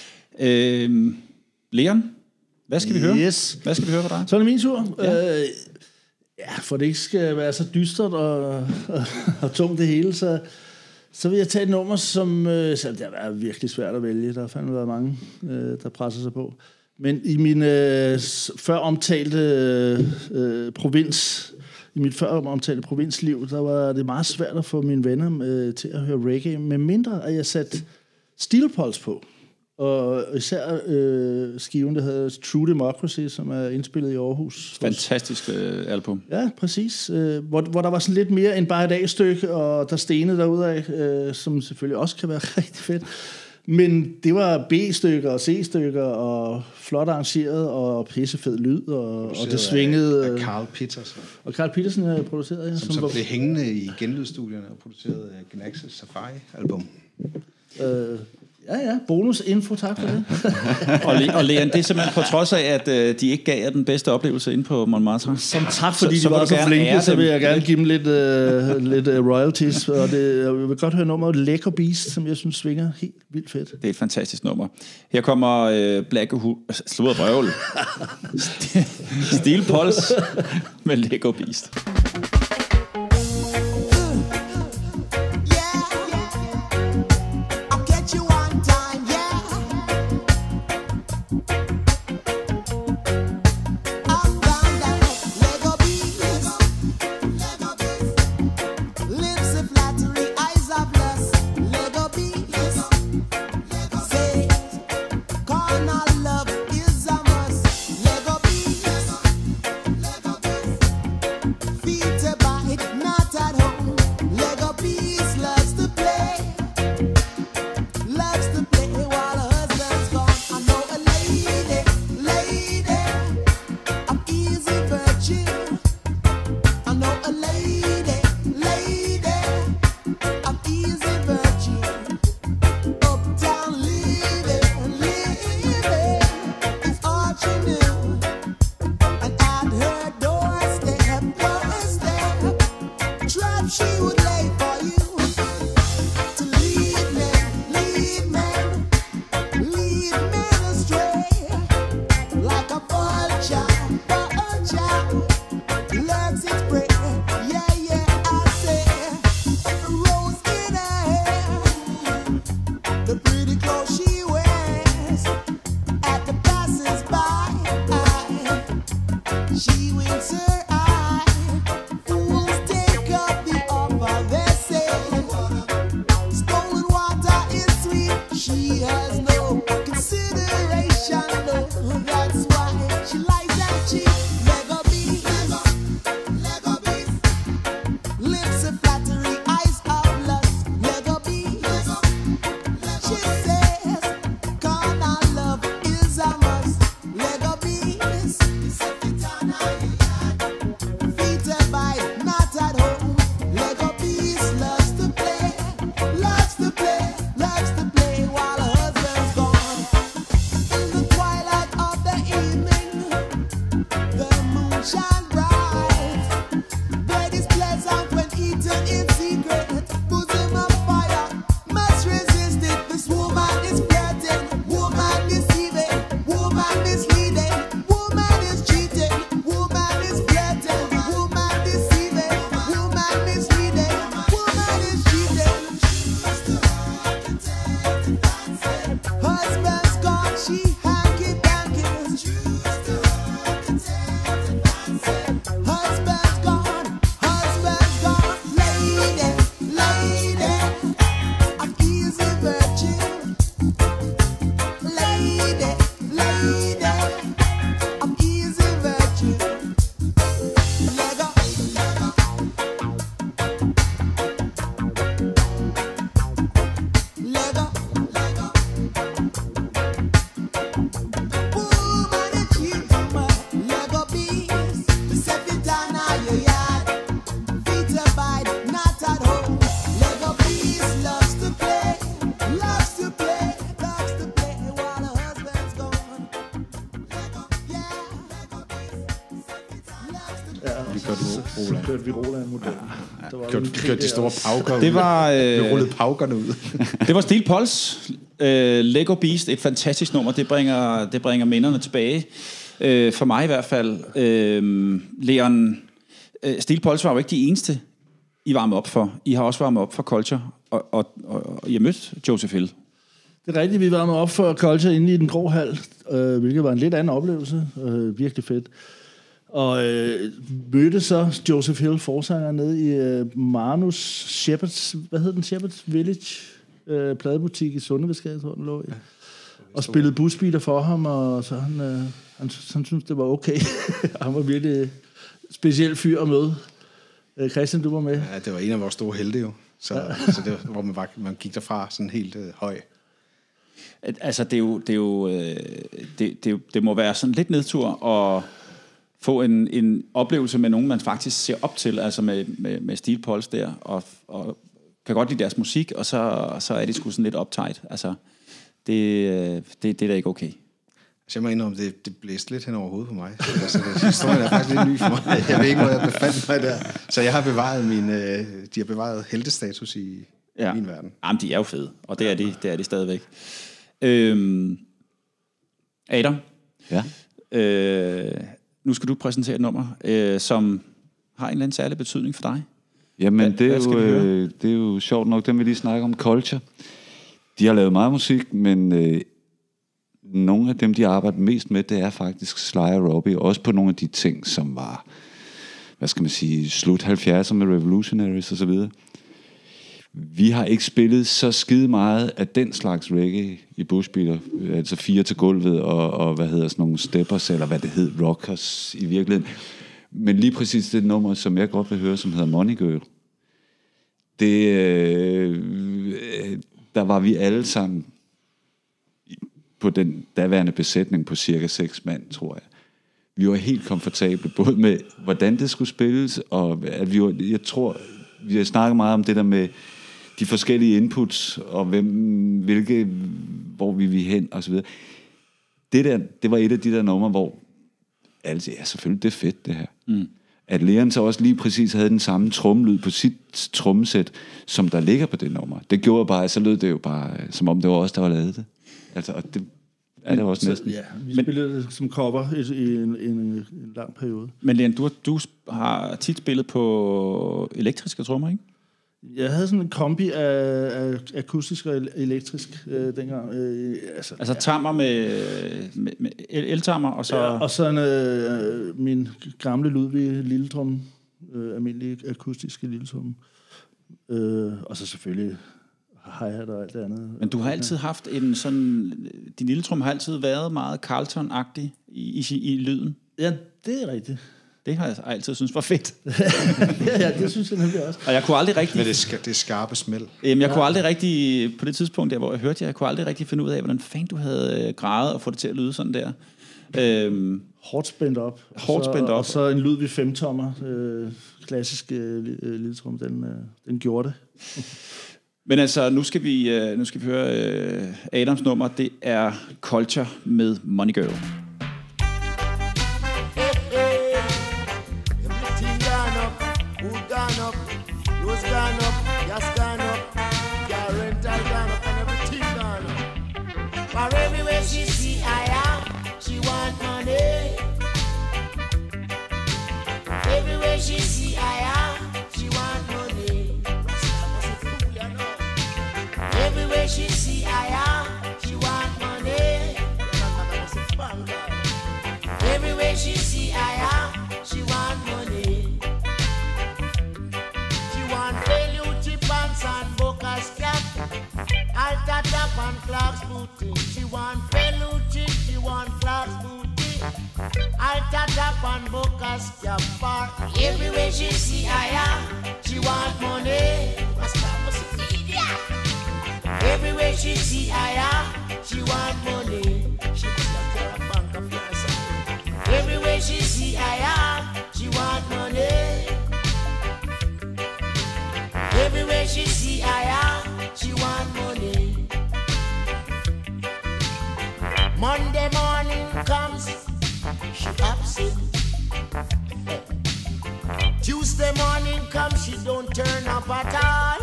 Speaker 1: Leon, hvad skal vi høre?
Speaker 5: Yes.
Speaker 1: Hvad skal vi høre fra dig?
Speaker 5: Så er det min tur. Ja, for det ikke skal være så dystert og tungt det hele, så vil jeg tage et nummer, som det er virkelig svært at vælge. Der har fandme været mange, der presser sig på. Men i min før omtalte provinsliv, der var det meget svært at få mine venner til at høre reggae, med mindre at jeg satte Steel Pulse på. Og især skiven, der hedder True Democracy, som er indspillet i Aarhus.
Speaker 1: Fantastisk album.
Speaker 5: Ja, præcis. Hvor der var sådan lidt mere end bare et A-stykke, og der stenede derudad, som selvfølgelig også kan være rigtig fedt. Men det var B-stykker og C-stykker, og flot arrangeret, og pissefed lyd, og det svingede.
Speaker 3: Af Carl Peterson.
Speaker 5: Og Carl Peterson producerede, ja.
Speaker 3: Som så blev hængende i genlydstudierne og producerede Gnax's Safari-album.
Speaker 5: Ja, bonusinfo, tak for det.
Speaker 1: Og Leon, det er simpelthen på trods af, at de ikke gav jer den bedste oplevelse inde på Montmartre.
Speaker 5: Som tak, fordi de var så flinke, så vil jeg gerne give dem lidt royalties. Og jeg vil godt høre nummeret Lækker Beast, som jeg synes svinger helt vildt fedt.
Speaker 1: Det er et fantastisk nummer. Her kommer Black Sludder Brøvl. Steel Pulse med Lækker Beast.
Speaker 7: She winks her eye, fools take up the offer they say.
Speaker 3: Roland.
Speaker 5: Så kørte vi Roland-modellen.
Speaker 3: Kørte de store pauker
Speaker 1: Det var...
Speaker 3: ud. Vi rullede paukerne ud.
Speaker 1: Det var Steel Pulse, Lego Beast, et fantastisk nummer. Det bringer minderne tilbage. For mig i hvert fald. Leon, Steel Pulse var jo ikke de eneste, I varmede op for. I har også varmet op for Culture, og I har mødt Joseph Hill.
Speaker 5: Det er rigtigt, vi var med op for Culture inde i den grå hal, hvilket var en lidt anden oplevelse. Virkelig fedt. Og mødte så Joseph Hill, forsanger, nede i Manus Shepherds, hvad hed den? Shepherds Village pladebutik i Sundevesgade, tror den lå i. Og spillede busbiler for ham, og så han syntes, det var okay. Han var virkelig speciel fyr at møde. Christian, du var med.
Speaker 3: Ja, det var en af vores store helte jo. Så det var, hvor man gik derfra sådan helt høj.
Speaker 1: Altså, det må være sådan lidt nedtur at få en oplevelse med nogen, man faktisk ser op til, altså med Steel Pulse der, og kan godt lide deres musik, og så er det sgu sådan lidt uptight. Altså, det er da ikke okay.
Speaker 3: Jeg må indrømme, det blæste lidt hen over hovedet på mig. Altså, historien er faktisk lidt ny for mig. Jeg ved ikke, hvor jeg befandt mig der. Så jeg har bevaret de har bevaret heltestatus i min verden.
Speaker 1: Jamen, de er jo fede, og det er de stadigvæk. Adam?
Speaker 4: Ja?
Speaker 1: Nu skal du præsentere et nummer, som har en eller anden særlig betydning for dig.
Speaker 4: Jamen, det er jo sjovt nok, dem vi lige snakker om, Culture. De har lavet meget musik, men nogle af dem, de arbejder mest med, det er faktisk Sly og Robbie, også på nogle af de ting, som var, hvad skal man sige, slut 70'erne med Revolutionaries og så videre. Vi har ikke spillet så skide meget af den slags reggae i Bushbeater, altså 4 til gulvet og hvad hedder sådan nogle steppers, eller hvad det hed, rockers i virkeligheden. Men lige præcis det nummer, som jeg godt vil høre, som hedder Money Girl, der var vi alle sammen på den daværende besætning på cirka 6 mand, tror jeg. Vi var helt komfortable, både med, hvordan det skulle spilles, og at jeg tror, vi har snakket meget om det der med de forskellige inputs, og hvor vi vil hen, og så videre. Det var et af de der numre, hvor alle siger, ja, selvfølgelig, det er fedt, det her. Mm. At Leon så også lige præcis havde den samme trommelyd på sit trommesæt, som der ligger på det nummer. Det gjorde bare, så lød det jo bare, som om det var os, der var lavet det. Altså, og det er det også næsten.
Speaker 5: Ja, vi spillede det som cover i en lang periode.
Speaker 1: Men Leon, du har tit spillet på elektriske trommer, ikke?
Speaker 5: Jeg havde sådan en kombi af akustisk og elektrisk dengang.
Speaker 1: Altså tammer med eltammer, og så...
Speaker 5: Ja, og så min gamle Ludwig lilletrum, almindelig akustiske lilletrum. Og så selvfølgelig hi-hat og alt det andet.
Speaker 1: Men du har altid haft en sådan... Din lilletrum har altid været meget Carlton-agtig i lyden.
Speaker 5: Ja, det er rigtigt.
Speaker 1: Det har jeg altid synes var fedt.
Speaker 5: ja, det synes jeg nemlig også.
Speaker 1: Og jeg kunne aldrig rigtig...
Speaker 3: Men det er skarpe smæld.
Speaker 1: Jeg kunne aldrig rigtig... På det tidspunkt der, hvor jeg hørte jeg kunne aldrig rigtig finde ud af, hvordan fanden du havde grædet og få det til at lyde sådan der.
Speaker 5: Hårdt spændt op. Og så en Ludwig 5-tommer, klassisk lilletrum, den gjorde det.
Speaker 1: Men altså, nu skal vi høre Adams nummer. Det er Culture med Money Girl.
Speaker 6: Gone up, gas gone up, car rental gone up, and everything gone up. For everywhere she see I am, she want money. Everywhere she see I am, she want money. Everywhere she see I am, she want money. Everywhere she see I am, she want money. And Boca's cap, Alta tap and Clark's booty. She want Pelucci, she want Clark's booty. Alta tap and Boca's cap. Everywhere she see I am, she want money. Everywhere she see I am, she want money. She must have a bank of your side. Everywhere she see I am, she want money. Everywhere she see I am, she want money. Monday morning comes, she absent. Tuesday Tuesday morning comes, she don't turn up at all.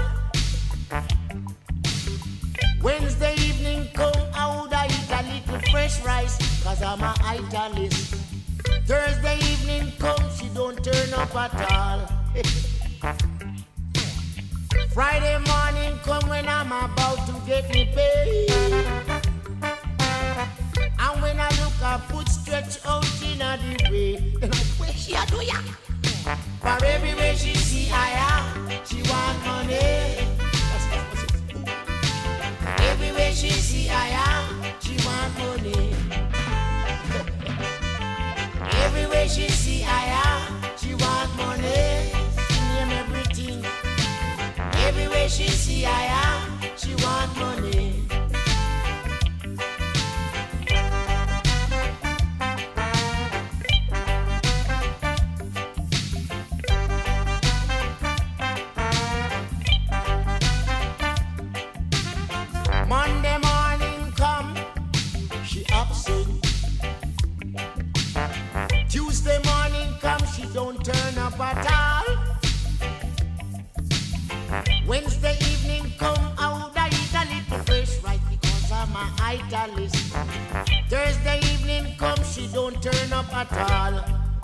Speaker 6: Wednesday evening come, I would eat a little fresh rice, cause I'm a italist. Thursday evening come, she don't turn up at all. Friday morning come when I'm about to get me paid. And when I look, her foot stretch out in the way. And I where she a do ya? For everywhere she see I am, she want money. Everywhere she see I am, she want money. Everywhere she see I am, she want money. She name everything. Everywhere she see I am, she want money. Monday morning come, she upset. Tuesday morning come, she don't turn up at all. Wednesday evening come, I would eat a little fresh right because I'm an italist. Thursday evening come, she don't turn up at all.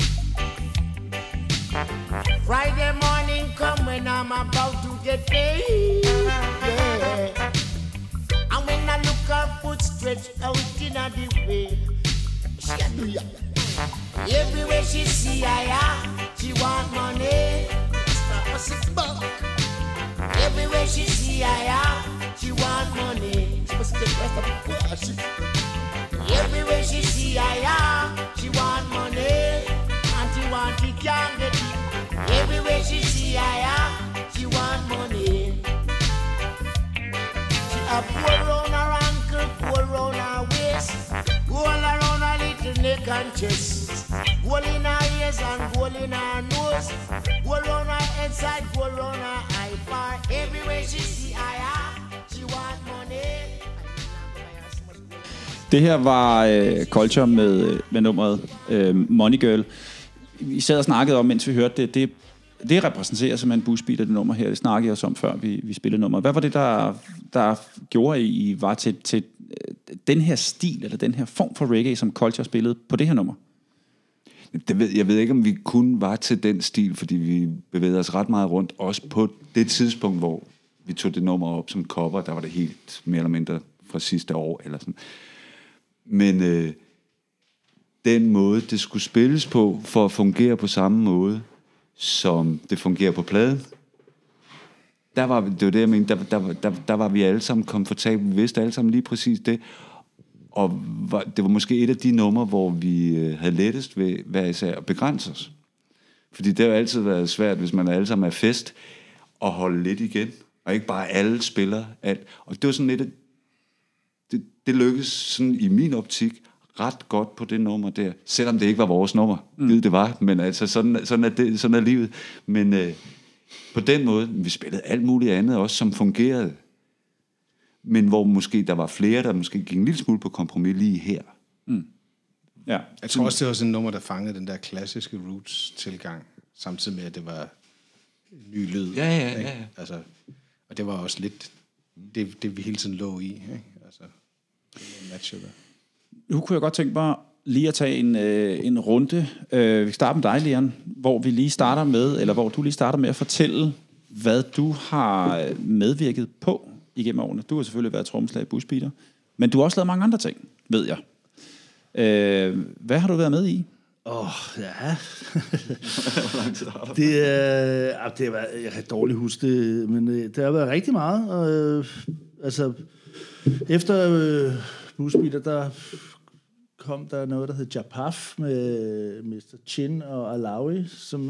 Speaker 6: Friday morning come when I'm about to get paid. Yeah. And when I look, her foot stretched out in the way. She a do ya. Everywhere she see I am, she want money. Stop a sit back. Everywhere she see I am, she want money. She must take the rest of the push. Everywhere she see I am, she want money. And she want it, can't get it. Everywhere she see I am, she want money. She a pull round her ankle, pull round her waist, roll around her little neck and chest. Goal in her ears and goal in her nose. Go round her head side, go round her eye far. Everywhere she see I am, she want money.
Speaker 1: Det her var Culture med nummeret Money Girl. Vi sad og snakkede om, mens vi hørte det. Det repræsenterer simpelthen Busbeat, det nummer her. Det snakkede jeg også om, før vi spillede nummeret. Hvad var det, der gjorde, I var til den her stil, eller den her form for reggae, som Culture spillede på det her nummer?
Speaker 4: Jeg ved ikke, om vi kun var til den stil, fordi vi bevægede os ret meget rundt. Også på det tidspunkt, hvor vi tog det nummer op som cover, der var det helt mere eller mindre fra sidste år. Eller sådan. Men den måde, det skulle spilles på, for at fungere på samme måde, som det fungerer på pladen, det var det, jeg mente, der var vi alle sammen komfortable. Vi vidste alle sammen lige præcis det. Og det var måske et af de numre, hvor vi havde lettest ved hver især at begrænse os. Fordi det har jo altid været svært, hvis man alle sammen er fest, at holde lidt igen. Og ikke bare alle spiller alt. Og det var sådan lidt, det lykkedes sådan i min optik ret godt på det nummer der. Selvom det ikke var vores nummer. Det var, men altså sådan er livet. Men på den måde, vi spillede alt muligt andet også, som fungerede. Men hvor måske der var flere, der måske gik en lille smule på kompromis lige her.
Speaker 1: Ja.
Speaker 3: Jeg tror også, det var sådan et nummer, der fangede den der klassiske roots-tilgang, samtidig med, at det var ny lyd.
Speaker 4: Ja.
Speaker 3: Altså, og det var også lidt det vi hele tiden lå i. Ikke? Altså, det matchede der.
Speaker 1: Nu kunne jeg godt tænke mig lige at tage en runde. Vi starter med dig, Leon, hvor vi lige starter med, eller hvor du lige starter med at fortælle, hvad du har medvirket på igennem årene. Du har selvfølgelig været trommeslager i Busbeater, men du har også lavet mange andre ting, ved jeg. Hvad har du været med i?
Speaker 5: Ja. Jeg kan dårligt huske det, men det har været rigtig meget. Altså, efter Busbeater, der kom der noget, der hed Japaf med Mr. Chin og Alawi,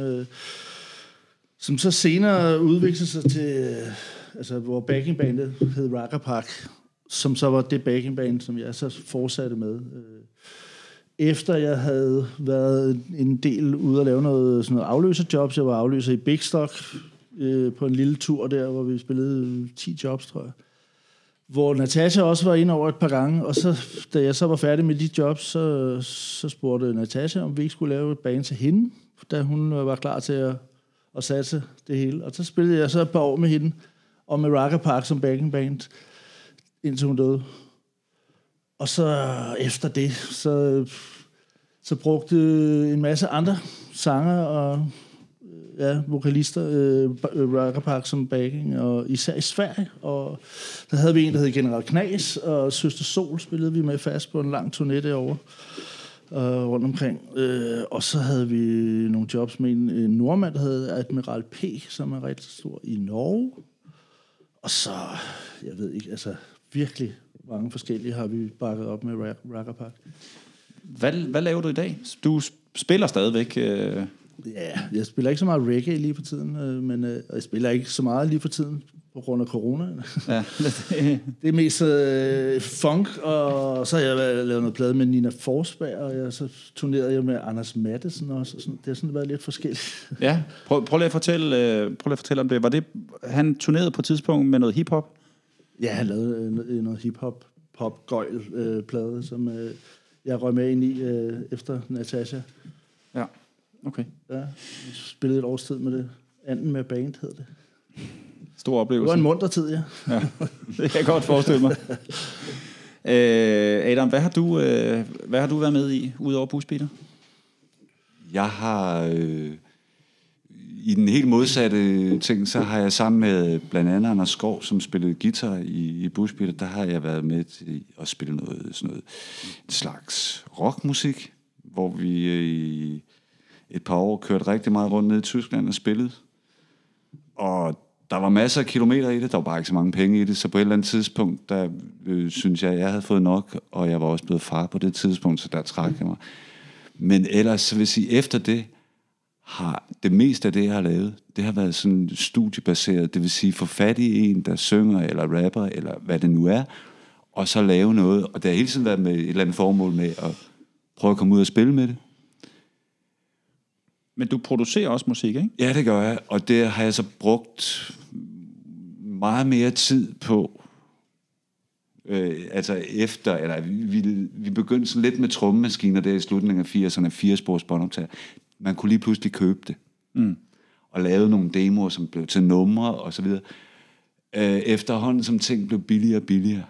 Speaker 5: som så senere udviklede sig til, hvor backingbandet hed Ragapak, som så var det backingband, som jeg så fortsatte med. Efter jeg havde været en del ude at lave sådan noget afløserjobs. Jeg var afløser i Big Stock på en lille tur der, hvor vi spillede 10 jobs, tror jeg. Hvor Natasha også var inde over et par gange, og så, da jeg så var færdig med de jobs, så spurgte Natasha, om vi ikke skulle lave et band til hende, da hun var klar til at og satse det hele. Og så spillede jeg så et par år med hende, og med Raka Park som backing band, indtil hun døde. Og så efter det, så brugte en masse andre sanger og vokalister Raka Park som backing, og især i Sverige. Og der havde vi en, der hed General Knas, og Søster Sol spillede vi med fast på en lang turné derovre. Rundt omkring. Og så havde vi nogle jobs med en nordmand, der hed Admiral P, som er rigtig stor i Norge. Og så, jeg ved ikke, altså virkelig mange forskellige har vi bakket op med Raka Park.
Speaker 1: Hvad laver du i dag? Du spiller stadigvæk...
Speaker 5: Ja, jeg spiller ikke så meget reggae lige for tiden, men jeg spiller ikke så meget lige for tiden på grund af corona.
Speaker 1: Ja.
Speaker 5: Det er mest funk, og så har jeg lavet noget plade med Nina Forsberg, og så turnerede jeg med Anders Mattesen også. Og sådan. Det har sådan været lidt forskelligt.
Speaker 1: Ja, prøv lige at fortælle om det. Var det. Han turnerede på et tidspunkt med noget hiphop?
Speaker 5: Ja, han lavede noget hiphop, pop-gøjl-plade, som jeg røg med ind i efter Natasha.
Speaker 1: Ja, okay.
Speaker 5: Ja, jeg spillede et års tid med det. Anden med band hed det.
Speaker 1: Stor oplevelse.
Speaker 5: Det var en munter tid, ja.
Speaker 1: Ja, det kan jeg godt forestille mig. Adam, hvad har du været med i, udover Busbeater?
Speaker 4: Jeg har... I den helt modsatte ting, så har jeg sammen med blandt andet Anders Skov, som spillede guitar i Busbeater, der har jeg været med til at spille en slags rockmusik, hvor vi i et par år kørte rigtig meget rundt ned i Tyskland og spillede. Og der var masser af kilometer i det, der var bare ikke så mange penge i det, så på et eller andet tidspunkt, der synes jeg havde fået nok, og jeg var også blevet far på det tidspunkt, så der trak jeg mig. Men ellers, så vil jeg sige, efter det, har det meste af det, jeg har lavet, det har været sådan studiebaseret, det vil sige få fat i en, der synger, eller rapper, eller hvad det nu er, og så lave noget, og det har hele tiden været med et eller andet formål med at prøve at komme ud og spille med det.
Speaker 1: Men du producerer også musik, ikke?
Speaker 4: Ja, det gør jeg, og det har jeg så brugt meget mere tid på, altså efter, eller vi begyndte sådan lidt med trommemaskiner der i slutningen af 80'erne, 4-spors båndoptager. Man kunne lige pludselig købe det, og lave nogle demoer, som blev til numre og så videre. Efterhånden, som ting blev billigere og billigere,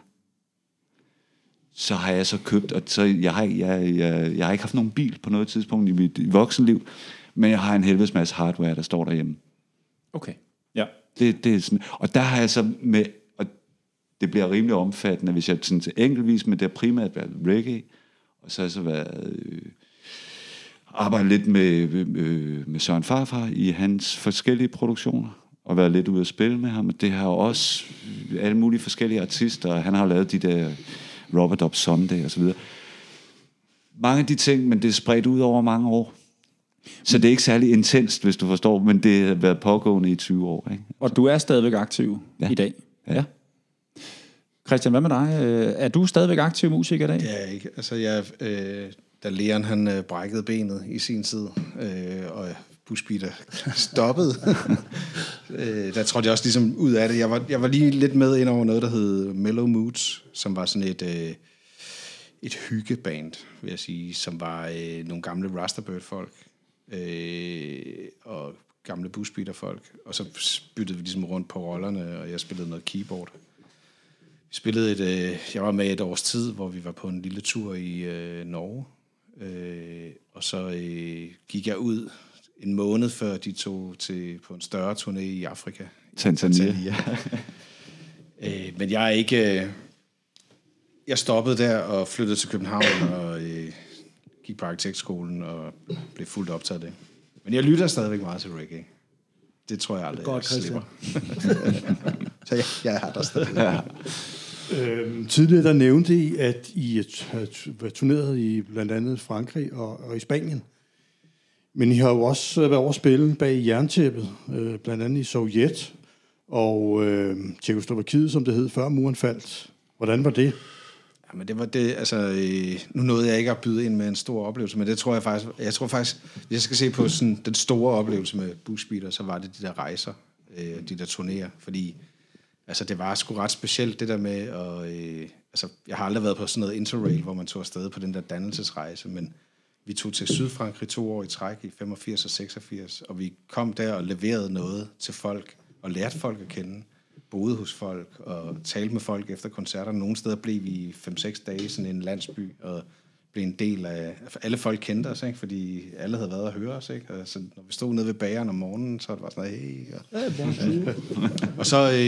Speaker 4: så har jeg så købt, og så jeg har ikke haft nogen bil på noget tidspunkt i mit voksenliv, men jeg har en helvedes masse hardware, der står derhjemme.
Speaker 1: Okay, ja.
Speaker 4: Det er sådan, og der har jeg så med, og det bliver rimelig omfattende, hvis jeg sådan til enkeltvis, men det har primært været reggae, og så har jeg så været arbejdet lidt med Søren Farfar i hans forskellige produktioner, og været lidt ude at spille med ham, og det har jo også alle mulige forskellige artister, og han har lavet de der Robert Up Sunday og så videre. Mange af de ting, men det er spredt ud over mange år. Så det er ikke særlig intenst, hvis du forstår, men det har været pågående i 20 år. Ikke?
Speaker 1: Og du er stadigvæk aktiv i dag? Ja. Christian, hvad med dig? Er du stadigvæk aktiv musiker i dag?
Speaker 3: Ja, ikke. Altså, da Leon han brækkede benet i sin tid, og Busbeater stoppede, der trådte jeg også ligesom ud af det. Jeg var lige lidt med ind over noget, der hed Mellow Moods, som var sådan et hyggeband, vil jeg sige, som var nogle gamle Rasterbird-folk, og gamle Busbeater-folk, og så byttede vi ligesom rundt på rollerne, og jeg spillede noget keyboard. Vi spillede jeg var med et års tid, hvor vi var på en lille tur i Norge, og så gik jeg ud en måned før de tog på en større turné i Afrika.
Speaker 4: Tanzania.
Speaker 3: Men jeg er ikke... Jeg stoppede der og flyttede til København og gik på arkitektskolen og blev fuldt optaget af det. Men jeg lytter stadigvæk meget til reggae. Det tror jeg aldrig, jeg slipper. Så jeg har der stadig. Ja.
Speaker 2: Tidligere der nævnte I, at I har turneret i blandt andet Frankrig og i Spanien. Men I har jo også været over at spille bag jerntæppet, blandt andet i Sovjet og Tjekkoslovakiet, som det hed, før muren faldt. Hvordan var det?
Speaker 3: Jamen det var det, altså nu nåede jeg ikke at byde ind med en stor oplevelse, men det tror jeg faktisk, hvis jeg skal se på sådan den store oplevelse med Busbeater, så var det de der rejser, de der turnéer, fordi altså det var sgu ret specielt det der med, at, altså jeg har aldrig været på sådan noget interrail, hvor man tog afsted på den der dannelsesrejse, men vi tog til Sydfrankrig 2 år i træk i 85 og 86, og vi kom der og leverede noget til folk, og lærte folk at kende, boede hos folk, og talte med folk efter koncerterne. Nogle steder blev vi 5-6 dage i sådan en landsby, og blev en del af... Alle folk kendte os, ikke? Fordi alle havde været at høre os, ikke? Og så, når vi stod nede ved bageren om morgenen, så var det sådan noget, hey... Og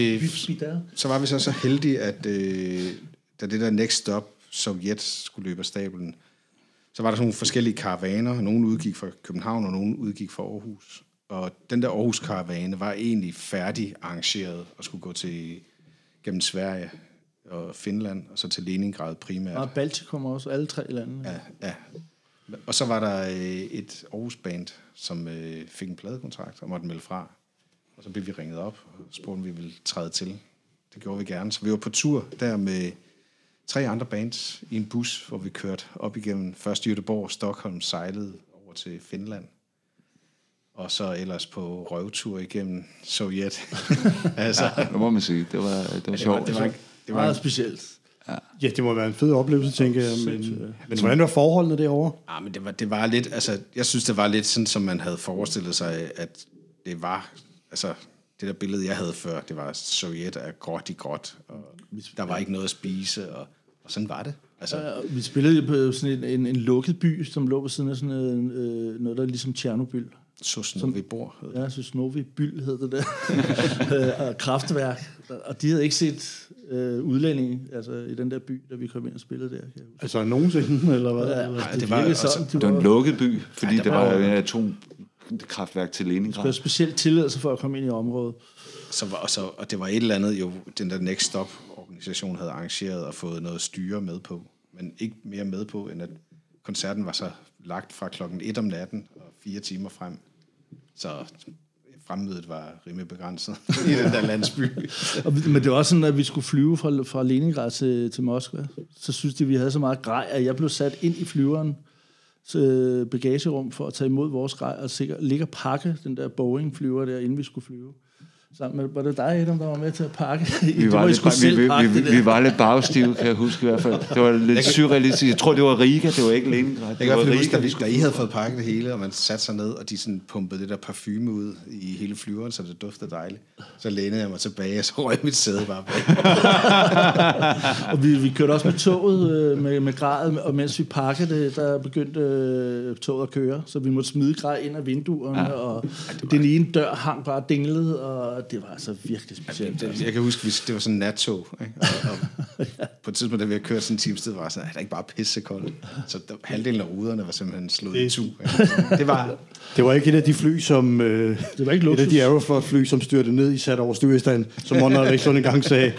Speaker 3: så var vi så heldige, at da det der Next Stop, Sovjet, skulle løbe af stablen, så var der sådan nogle forskellige karavaner. Nogle udgik fra København, og nogle udgik fra Aarhus. Og den der Aarhus-karavane var egentlig færdig arrangeret og skulle gå gennem Sverige og Finland, og så til Leningrad primært.
Speaker 5: Og Baltikum også, alle 3 lande.
Speaker 3: Ja. Og så var der et Aarhus-band, som fik en pladekontrakt og måtte melde fra. Og så blev vi ringet op og spurgte, om vi ville træde til. Det gjorde vi gerne. Så vi var på tur der med 3 andre bands i en bus, hvor vi kørte op igennem først Göteborg, Stockholm, sejlede over til Finland. Og så ellers på røvtur igennem Sovjet.
Speaker 4: Altså, det må man sige. Det var sjovt.
Speaker 2: Det var
Speaker 5: meget specielt.
Speaker 2: Ja, det må være en fed oplevelse, tænker jeg. Men hvordan var forholdene derovre?
Speaker 3: Ja, men det var lidt, altså, jeg synes, det var lidt sådan, som man havde forestillet sig, at det var, altså, det der billede, jeg havde før, det var Sovjet er gråt i gråt, og der var ikke noget at spise, og sådan var det. Altså.
Speaker 5: Vi spillede på sådan en lukket by, som lå på siden af sådan noget, der er ligesom Tjernobyl.
Speaker 3: Sosnovyj-Bor.
Speaker 5: Ja, Sosnovyj-Byl hed det der. Og kraftværk. Og de havde ikke set udlændinge altså, i den der by, da vi kom ind og spillede der. Kan jeg huske.
Speaker 2: Altså nogensinde, eller hvad?
Speaker 5: Ja,
Speaker 3: det var
Speaker 5: sådan.
Speaker 4: Det var en lukket by, fordi det var et atomkraftværk til Leningrad.
Speaker 5: Det var specielt tilladelse for at komme ind i området.
Speaker 3: Og det var et eller andet, jo, den der Next Stop-organisation havde arrangeret og fået noget styre med på. Men ikke mere med på, end at koncerten var så lagt fra 1:00 om natten og 4 timer frem. Så fremmødet var rimelig begrænset i den der landsby.
Speaker 5: Men det var også sådan, at vi skulle flyve fra Leningrad til Moskva. Så synes de, vi havde så meget grej, at jeg blev sat ind i flyveren bagagerum for at tage imod vores grej og ligge og pakke den der Boeing-flyver der, inden vi skulle flyve. Var det dig, Adam, der var med til at pakke?
Speaker 4: Vi var lidt bagstive, kan jeg huske i hvert fald. Det var lidt surrealistisk. Jeg tror, det var Riga, det var ikke Leningrad.
Speaker 3: Jeg kan huske, da I havde fået pakket det hele, og man satte sig ned, og de sådan pumpede det der parfume ud i hele flyveren, så det duftede dejligt. Så lænede jeg mig tilbage, og så røg mit sæde bare bag.
Speaker 5: Og vi kørte også med toget med grejet, og mens vi pakkede det, der begyndte toget at køre, så vi måtte smide grej ind af vinduerne, og den ene dør hang bare dinglede, og det var altså virkelig specielt.
Speaker 3: Jeg kan huske, det var sådan en nattog, ikke? Og på et tidspunkt, da vi havde kørt sådan en times tid, var sådan, at der ikke bare pissekoldt. Så halvdelen af ruderne var simpelthen slået i tu.
Speaker 2: Det var ikke et af de fly, som... det var ikke et af de Aeroflot-fly, som styrte ned i sat over styrstand, som Monner Riksson engang sagde.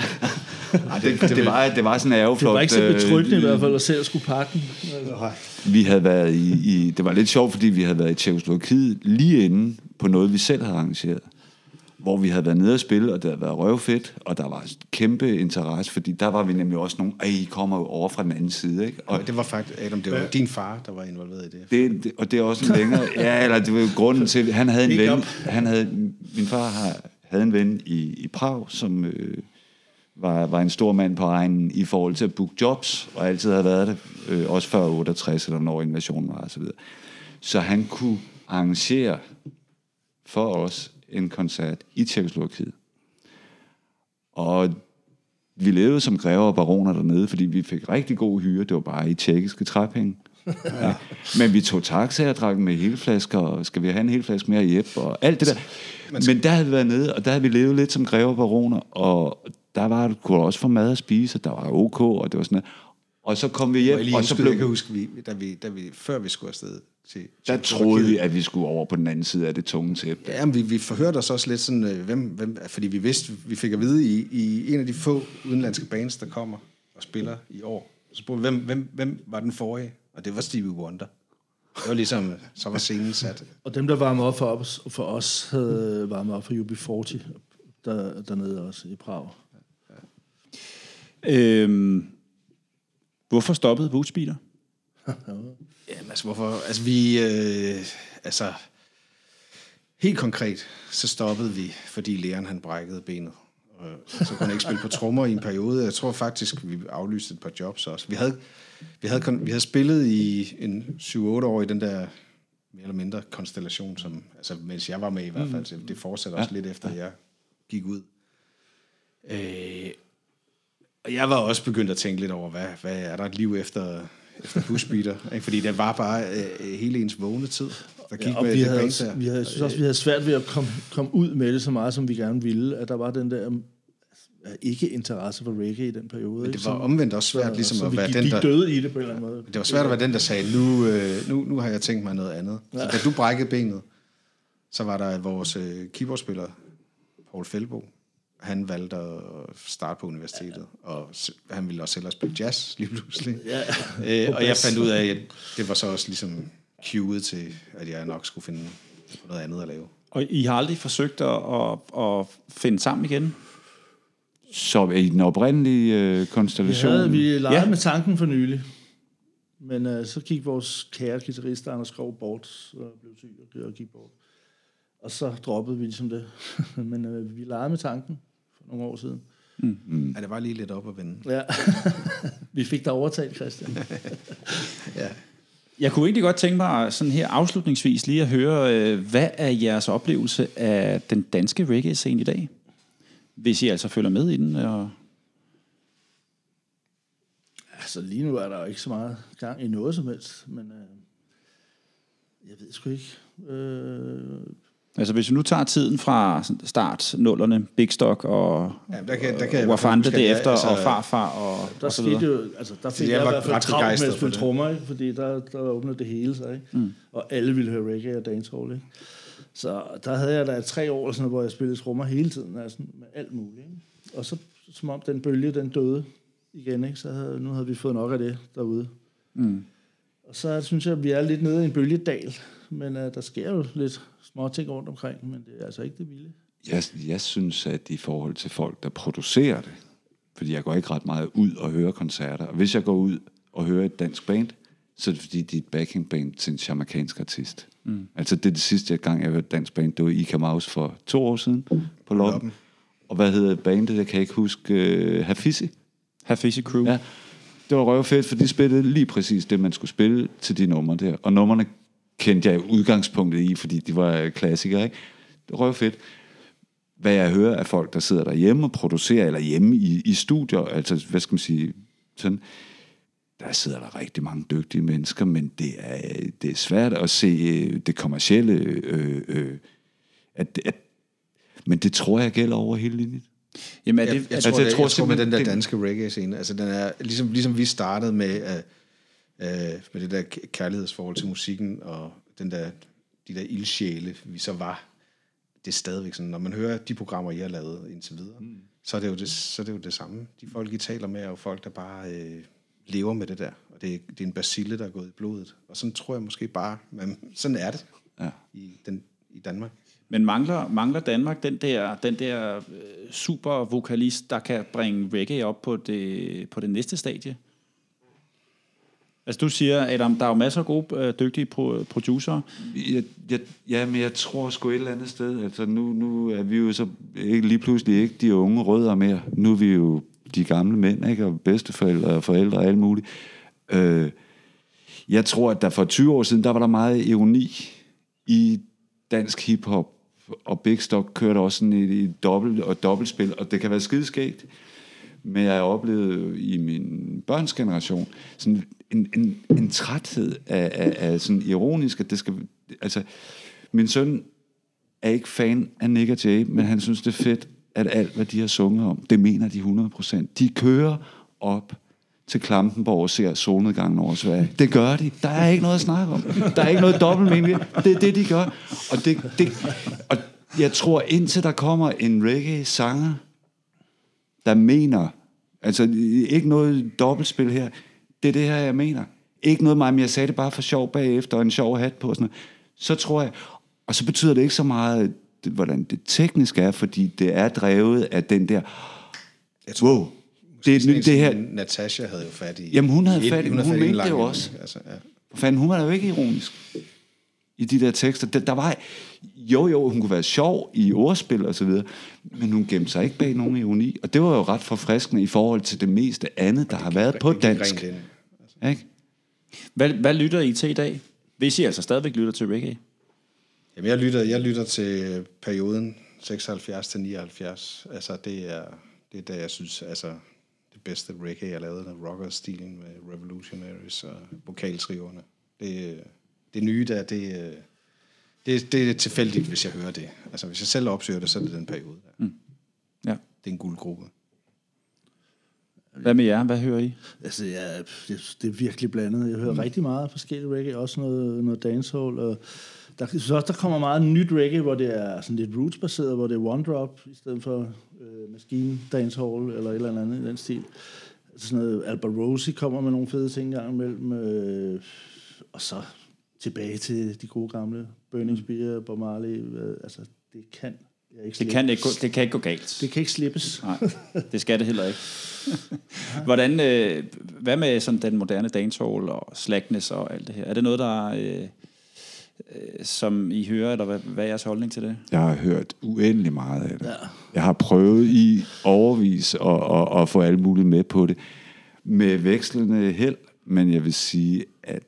Speaker 4: Det var sådan en Aeroflot.
Speaker 5: Det var ikke så betryggende i hvert fald at selv skulle pakke den.
Speaker 4: Vi havde været det var lidt sjovt, fordi vi havde været i Tjekkoslovakiet lige inden på noget, vi selv havde arrangeret. Hvor vi havde været nede og spille, og det havde været røvfedt, og der var kæmpe interesse, fordi der var vi nemlig også nogle, I kommer jo over fra den anden side, ikke? Og
Speaker 3: det var faktisk, Adam, det var din far, der var involveret i det.
Speaker 4: Og det er også en længere, eller det var jo grunden til, han havde en ven, min far havde en ven i Prag, som var en stor mand på egnen i forhold til at booke jobs, og altid havde været det, også før 68, eller når invasionen var, og så videre. Så han kunne arrangere for os en koncert i Tjekkoslovakiet. Og vi levede som grever og baroner dernede, fordi vi fik rigtig god hyre. Det var bare i tjekkiske træpenge. Ja. Men vi tog taxaer og drak med hele flasker, og skal vi have en hel flaske mere Jep, og alt det der. Men der havde vi været nede, og der havde vi levet lidt som grever og baroner, og der kunne også få mad at spise, og der var OK, og det var sådan noget. Og så kom vi hjem, og så blev...
Speaker 3: Jeg kan huske, før vi skulle afsted til
Speaker 4: der troede vi, at vi skulle over på den anden side af det tunge tæppe.
Speaker 3: Ja, men vi forhørte os også lidt sådan, hvem, fordi vi fik at vide i en af de få udenlandske bands, der kommer og spiller i år. Så spurgte vi, hvem var den forrige? Og det var Stevie Wonder. Det var ligesom, så var scenen sat.
Speaker 5: Og dem, der varmede op for os havde varmet op for UB40 dernede også i Prag.
Speaker 1: Hvorfor stoppede Bootspeeder?
Speaker 3: Jamen, altså, hvorfor? Altså, vi... helt konkret, så stoppede vi, fordi læreren han brækkede benet. Så kunne han ikke spille på trommer i en periode. Jeg tror faktisk, vi aflyste et par jobs også. Vi havde spillet i en 7-8 år i den der mere eller mindre konstellation, som, altså, mens jeg var med i hvert fald. Så det fortsatte også lidt efter, jeg gik ud. Og jeg var også begyndt at tænke lidt over, hvad er der et liv efter Bushbeater? Fordi det var bare hele ens vågne tid.
Speaker 5: Og vi havde svært ved at komme ud med det så meget, som vi gerne ville. At der var den der ikke interesse for reggae i den periode.
Speaker 3: Men det var omvendt også svært, ligesom at være den, der...
Speaker 5: døde i det på en eller anden måde.
Speaker 3: Det var svært at være den, der sagde, nu har jeg tænkt mig noget andet. Ja. Så da du brækkede benet, så var der vores keyboardspiller, Paul Feldbo. Han valgte at starte på universitetet, og han ville også hellere spille jazz lige pludselig. Ja. Og jeg fandt ud af, at det var så også ligesom cueet til, at jeg nok skulle finde noget andet at lave.
Speaker 1: Og I har aldrig forsøgt at finde sammen igen?
Speaker 4: Så i den oprindelige konstellation?
Speaker 5: Vi legede med tanken for nylig. Men så gik vores kære guitarist Anders Skov bort, og blev syg og gik bort. Og så droppede vi ligesom det. Men vi legede med tanken for nogle år siden.
Speaker 3: Ja, det var lige lidt op at vende.
Speaker 5: Ja. Vi fik dig overtalt, Christian.
Speaker 3: Ja.
Speaker 1: Jeg kunne egentlig godt tænke mig sådan her afslutningsvis lige at høre, hvad er jeres oplevelse af den danske reggae-scene i dag? Hvis I altså følger med i den.
Speaker 5: Altså lige nu er der jo ikke så meget gang i noget som helst, men jeg ved sgu ikke.
Speaker 1: Altså hvis vi nu tager tiden fra start, nullerne, Big Stock og Wafande derefter, altså, og Farfar og
Speaker 5: der
Speaker 1: og så videre.
Speaker 5: skete jo, altså der fik jeg i hvert fald travlt med at spille trommer, ikke? Fordi der åbnede det hele sig, ikke? Og alle ville høre reggae og dancehall, ikke? Så der havde jeg da 3 år, sådan, hvor jeg spillede trommer hele tiden, altså, med alt muligt, ikke? Og så som om den bølge, den døde igen, ikke? Så nu havde vi fået nok af det derude. Og så synes jeg, at vi er lidt nede i en bølgedal, men der sker jo lidt små ting rundt omkring, men det er altså ikke det vilde.
Speaker 4: Jeg synes, at i forhold til folk, der producerer det, fordi jeg går ikke ret meget ud og hører koncerter, og hvis jeg går ud og hører et dansk band, så er det fordi, de er et backing band til en jamaicansk artist. Altså det er det sidste gang, jeg hørte et dansk band, det var Ika Maus for 2 år siden på Loppen. Og hvad hedder bandet? Jeg kan ikke huske. Hafizi Crew. Ja, det var røvfedt, for de spillede lige præcis det, man skulle spille til de numre der. Og numrene kendte jeg udgangspunktet i, fordi de var klassikere, ikke? Det var røvfedt. Hvad jeg hører af folk, der sidder derhjemme og producerer, eller hjemme i studier, altså, hvad skal man sige, sådan, der sidder der rigtig mange dygtige mennesker, men det er svært at se det kommercielle, men det tror jeg gælder over hele linjen.
Speaker 3: Jamen, jeg tror med den der danske reggae-scene, altså den er, ligesom vi startede med det der kærlighedsforhold til musikken, og de der ildsjæle, vi så var, det er stadigvæk sådan, når man hører de programmer, I har lavet indtil videre, så er det jo det samme. De folk, I taler med, er jo folk, der bare lever med det der, og det er en bacille, der er gået i blodet, og sådan tror jeg måske bare, men sådan er det i Danmark.
Speaker 1: Men mangler Danmark den der super vokalist, der kan bringe reggae op på det næste stadie? Altså du siger, Adam, der er jo masser af gode, dygtige producer.
Speaker 4: Ja, men jeg tror sgu et eller andet sted. Altså nu er vi jo så ikke lige pludselig ikke de unge rødder mere. Nu er vi jo de gamle mænd, ikke? Og bedsteforældre og forældre og alt muligt. Jeg tror, at der for 20 år siden, der var der meget ironi i dansk hiphop, og Big Stock kørte også sådan i dobbeltspil, og det kan være skideskægt. Men jeg har oplevet i min børns generation sådan en træthed af sådan ironisk, at det skal... Altså, min søn er ikke fan af Nick og Jay, men han synes, det er fedt, at alt, hvad de har sunget om, det mener de 100%. De kører op til Klampenborg og ser solnedgangen over Sverige. Det gør de. Der er ikke noget at snakke om. Der er ikke noget dobbeltmening. Det er det, de gør. Og jeg tror, indtil der kommer en reggae-sanger, der mener, altså ikke noget dobbeltspil her, det er det her, jeg mener. Ikke noget mig, men jeg sagde det bare for sjov bagefter, og en sjov hat på, sådan noget. Så tror jeg, og så betyder det ikke så meget, hvordan det teknisk er, fordi det er drevet af den der, wow, det her.
Speaker 3: Natasha havde jo fat i.
Speaker 4: Jamen hun havde fat i, hun mente det jo også. Altså, ja. Fanden, hun var da jo ikke ironisk. i de der tekster. Der var, jo, hun kunne være sjov i ordspil og så videre, men hun gemte sig ikke bag nogen ironi, og det var jo ret forfriskende i forhold til det meste andet, der har været på dansk. Ikke?
Speaker 1: Hvad lytter I til i dag? Hvis I altså stadigvæk lytter til reggae?
Speaker 3: Jamen, jeg lytter til perioden 76 til 79. Altså, det er da, jeg synes, altså, det bedste reggae, jeg lavede, der rocker-stilen med Revolutionaries og vokaltrioerne. Det nye der, det er tilfældigt, hvis jeg hører det. Altså, hvis jeg selv opsøger det, så er det den periode der.
Speaker 1: Mm. Ja.
Speaker 3: Det er en guldgruppe.
Speaker 1: Hvad med jer? Hvad hører I?
Speaker 5: Altså, det er virkelig blandet. Jeg hører rigtig meget forskellige reggae, også noget dancehall, og der kommer meget nyt reggae, hvor det er sådan lidt roots-baseret, hvor det er one drop, i stedet for maskine dancehall, eller et eller andet i den stil. Altså sådan noget, Alba Rosie kommer med nogle fede ting en gang imellem, og så tilbage til de gode gamle Burning Spear, Bob Marley, altså det kan jeg ikke slippe.
Speaker 1: Det kan ikke gå galt.
Speaker 5: Det kan ikke slippes.
Speaker 1: Nej, det skal det heller ikke. Hvad med sådan den moderne dancehall og slackness og alt det her? Er det noget, der som I hører, eller hvad er jeres holdning til det?
Speaker 4: Jeg har hørt uendelig meget af det. Ja. Jeg har prøvet i overvis at få alle mulige med på det. Med vekslende held, men jeg vil sige, at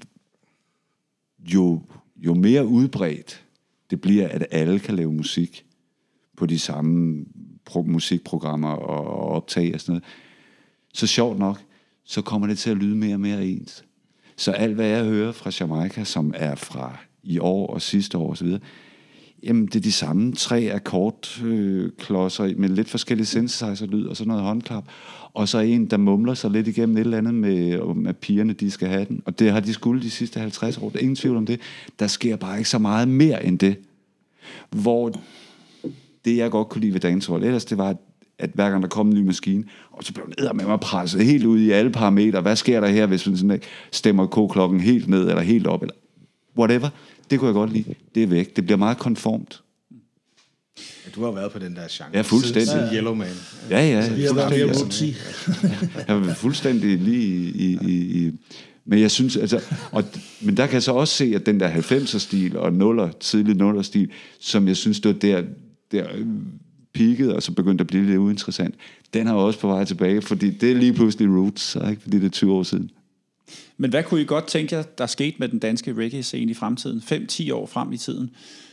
Speaker 4: jo mere udbredt det bliver, at alle kan lave musik på de samme musikprogrammer og optag og sådan noget, så sjovt nok, så kommer det til at lyde mere og mere ens. Så alt, hvad jeg hører fra Jamaica, som er fra i år og sidste år osv., jamen, det er de samme 3 akkordklodser med lidt forskellige synthesizer-lyd og sådan noget håndklap. Og så en, der mumler sig lidt igennem et eller andet med pigerne, de skal have den. Og det har de skulle de sidste 50 år. Der er ingen tvivl om det. Der sker bare ikke så meget mere end det. Hvor det, jeg godt kunne lide ved dancehall, ellers det var, at hver gang der kom en ny maskine, og så blev den eddermed mig presset helt ud i alle parametre. Hvad sker der her, hvis man sådan stemmer k-klokken helt ned, eller helt op, eller whatever. Det kunne jeg godt lide. Det er væk. Det bliver meget konformt.
Speaker 3: Ja, du har været på den der genre.
Speaker 4: Ja, fuldstændig.
Speaker 3: Siden Yellowman.
Speaker 4: Ja.
Speaker 5: Vi har været
Speaker 4: jeg var fuldstændig lige i men jeg synes, altså, men der kan jeg så også se, at den der 90'er-stil og tidlig 0'er-stil, som jeg synes, det var der peakede, og så begyndte at blive lidt uinteressant, den er også på vej tilbage, fordi det er lige pludselig roots, ikke? Fordi det er 20 år siden.
Speaker 1: Men hvad kunne I godt tænke jer, der skete med den danske reggae-scene i fremtiden? 5-10 år frem i tiden.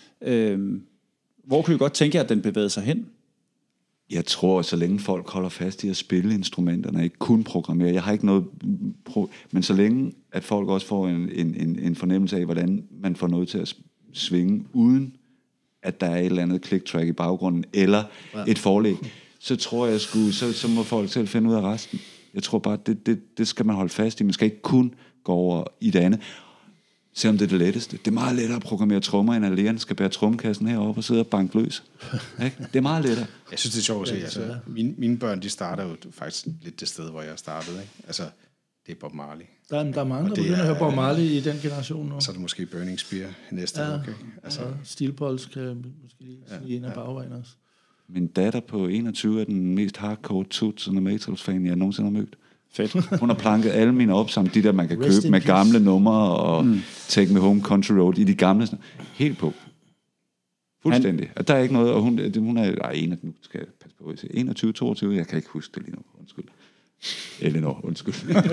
Speaker 1: Hvor kunne I godt tænke jer, at den bevægede sig hen?
Speaker 4: Jeg tror, så længe folk holder fast i at spille instrumenterne, ikke kun programmere. Jeg har ikke noget... Men så længe, at folk også får en fornemmelse af, hvordan man får noget til at svinge, uden at der er et eller andet click-track i baggrunden, eller et forlæg, så tror jeg så må folk selv finde ud af resten. Jeg tror bare, det skal man holde fast i. Man skal ikke kun gå over i det andet. Selvom det er det letteste. Det er meget lettere at programmere trommer, end at lærerne skal bære trommekassen heroppe og sidde og banke løs. Ikke? Det er meget lettere.
Speaker 3: Jeg synes, det er sjovt at se. Altså, mine børn, de starter jo faktisk lidt det sted, hvor jeg startede. Ikke? Altså, det er Bob Marley.
Speaker 5: Der er mange, der begynder at høre Bob Marley i den generation nu.
Speaker 3: Så er det måske Burning Spear næste uge. Okay?
Speaker 5: Altså, Steel Pulse kan måske lige en af bagvejen også.
Speaker 4: Min datter på 21 er den mest hardcore Toots and the Maytals-fan, jeg nogensinde har mødt. Fedt. Hun har planket alle mine op sammen, de der man kan købe med gamle numre og Take Me Home Country Road i de gamle. Helt på. Fuldstændig. Og der er ikke noget, og hun er nu skal jeg passe på, 21, 22, jeg kan ikke huske det lige nu. Undskyld. Eleanor, undskyld.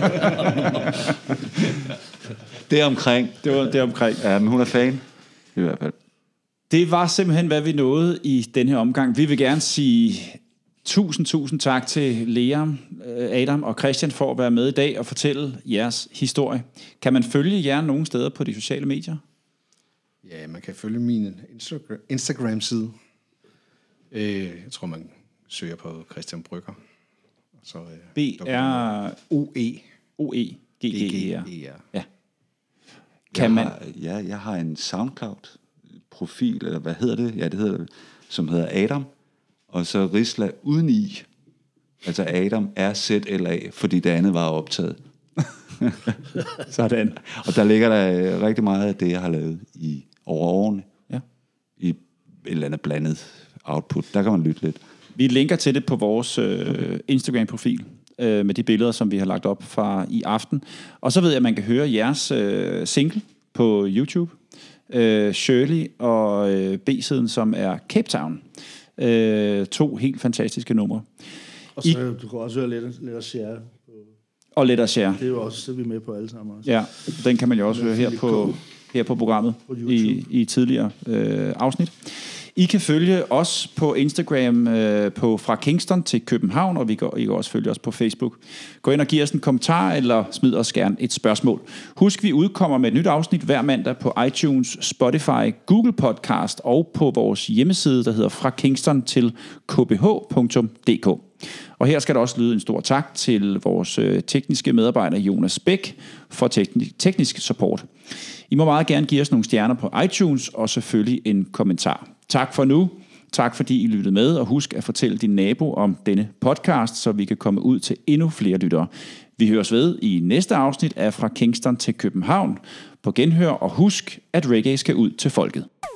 Speaker 4: Det er omkring.
Speaker 1: Det er omkring.
Speaker 4: Ja, men hun er fan. I hvert fald.
Speaker 1: Det var simpelthen, hvad vi nåede i den her omgang. Vi vil gerne sige tusind tak til Liam, Adam og Christian for at være med i dag og fortælle jeres historie. Kan man følge jer nogle steder på de sociale medier?
Speaker 3: Ja, man kan følge min Instagram-side. Jeg tror, man søger på Christian Brygger. Så,
Speaker 1: B-R-O-E-G-G-E-R. Ja.
Speaker 4: Jeg har en SoundCloud-profil, eller hvad hedder det? Ja, det hedder det, som hedder Adam. Og så Risla uden i. Altså Adam R-Z-L-A, fordi det andet var optaget. Sådan. Og der ligger der rigtig meget af det, jeg har lavet i over årene. Ja. I et eller andet blandet output. Der kan man lytte lidt.
Speaker 1: Vi linker til det på vores Instagram-profil, med de billeder, som vi har lagt op fra i aften. Og så ved jeg, at man kan høre jeres single på YouTube. Shirley og B-siden, som er Cape Town. 2 helt fantastiske numre.
Speaker 5: Og så du kan også høre Let Us Share.
Speaker 1: Og Let Us Share.
Speaker 5: Det er jo også, det vi er med på alle sammen også.
Speaker 1: Ja, den kan man jo også høre her på programmet på i tidligere afsnit. I kan følge os på Instagram på Fra Kingston til København, og I kan også følge os på Facebook. Gå ind og giv os en kommentar, eller smid os gerne et spørgsmål. Husk, vi udkommer med et nyt afsnit hver mandag på iTunes, Spotify, Google Podcast og på vores hjemmeside, der hedder Fra Kingston til kbh.dk. Og her skal der også lyde en stor tak til vores tekniske medarbejder Jonas Bæk for teknisk support. I må meget gerne give os nogle stjerner på iTunes og selvfølgelig en kommentar. Tak for nu. Tak fordi I lyttede med, og husk at fortælle din nabo om denne podcast, så vi kan komme ud til endnu flere lyttere. Vi høres ved i næste afsnit af Fra Kingston til København på genhør, og husk, at reggae skal ud til folket.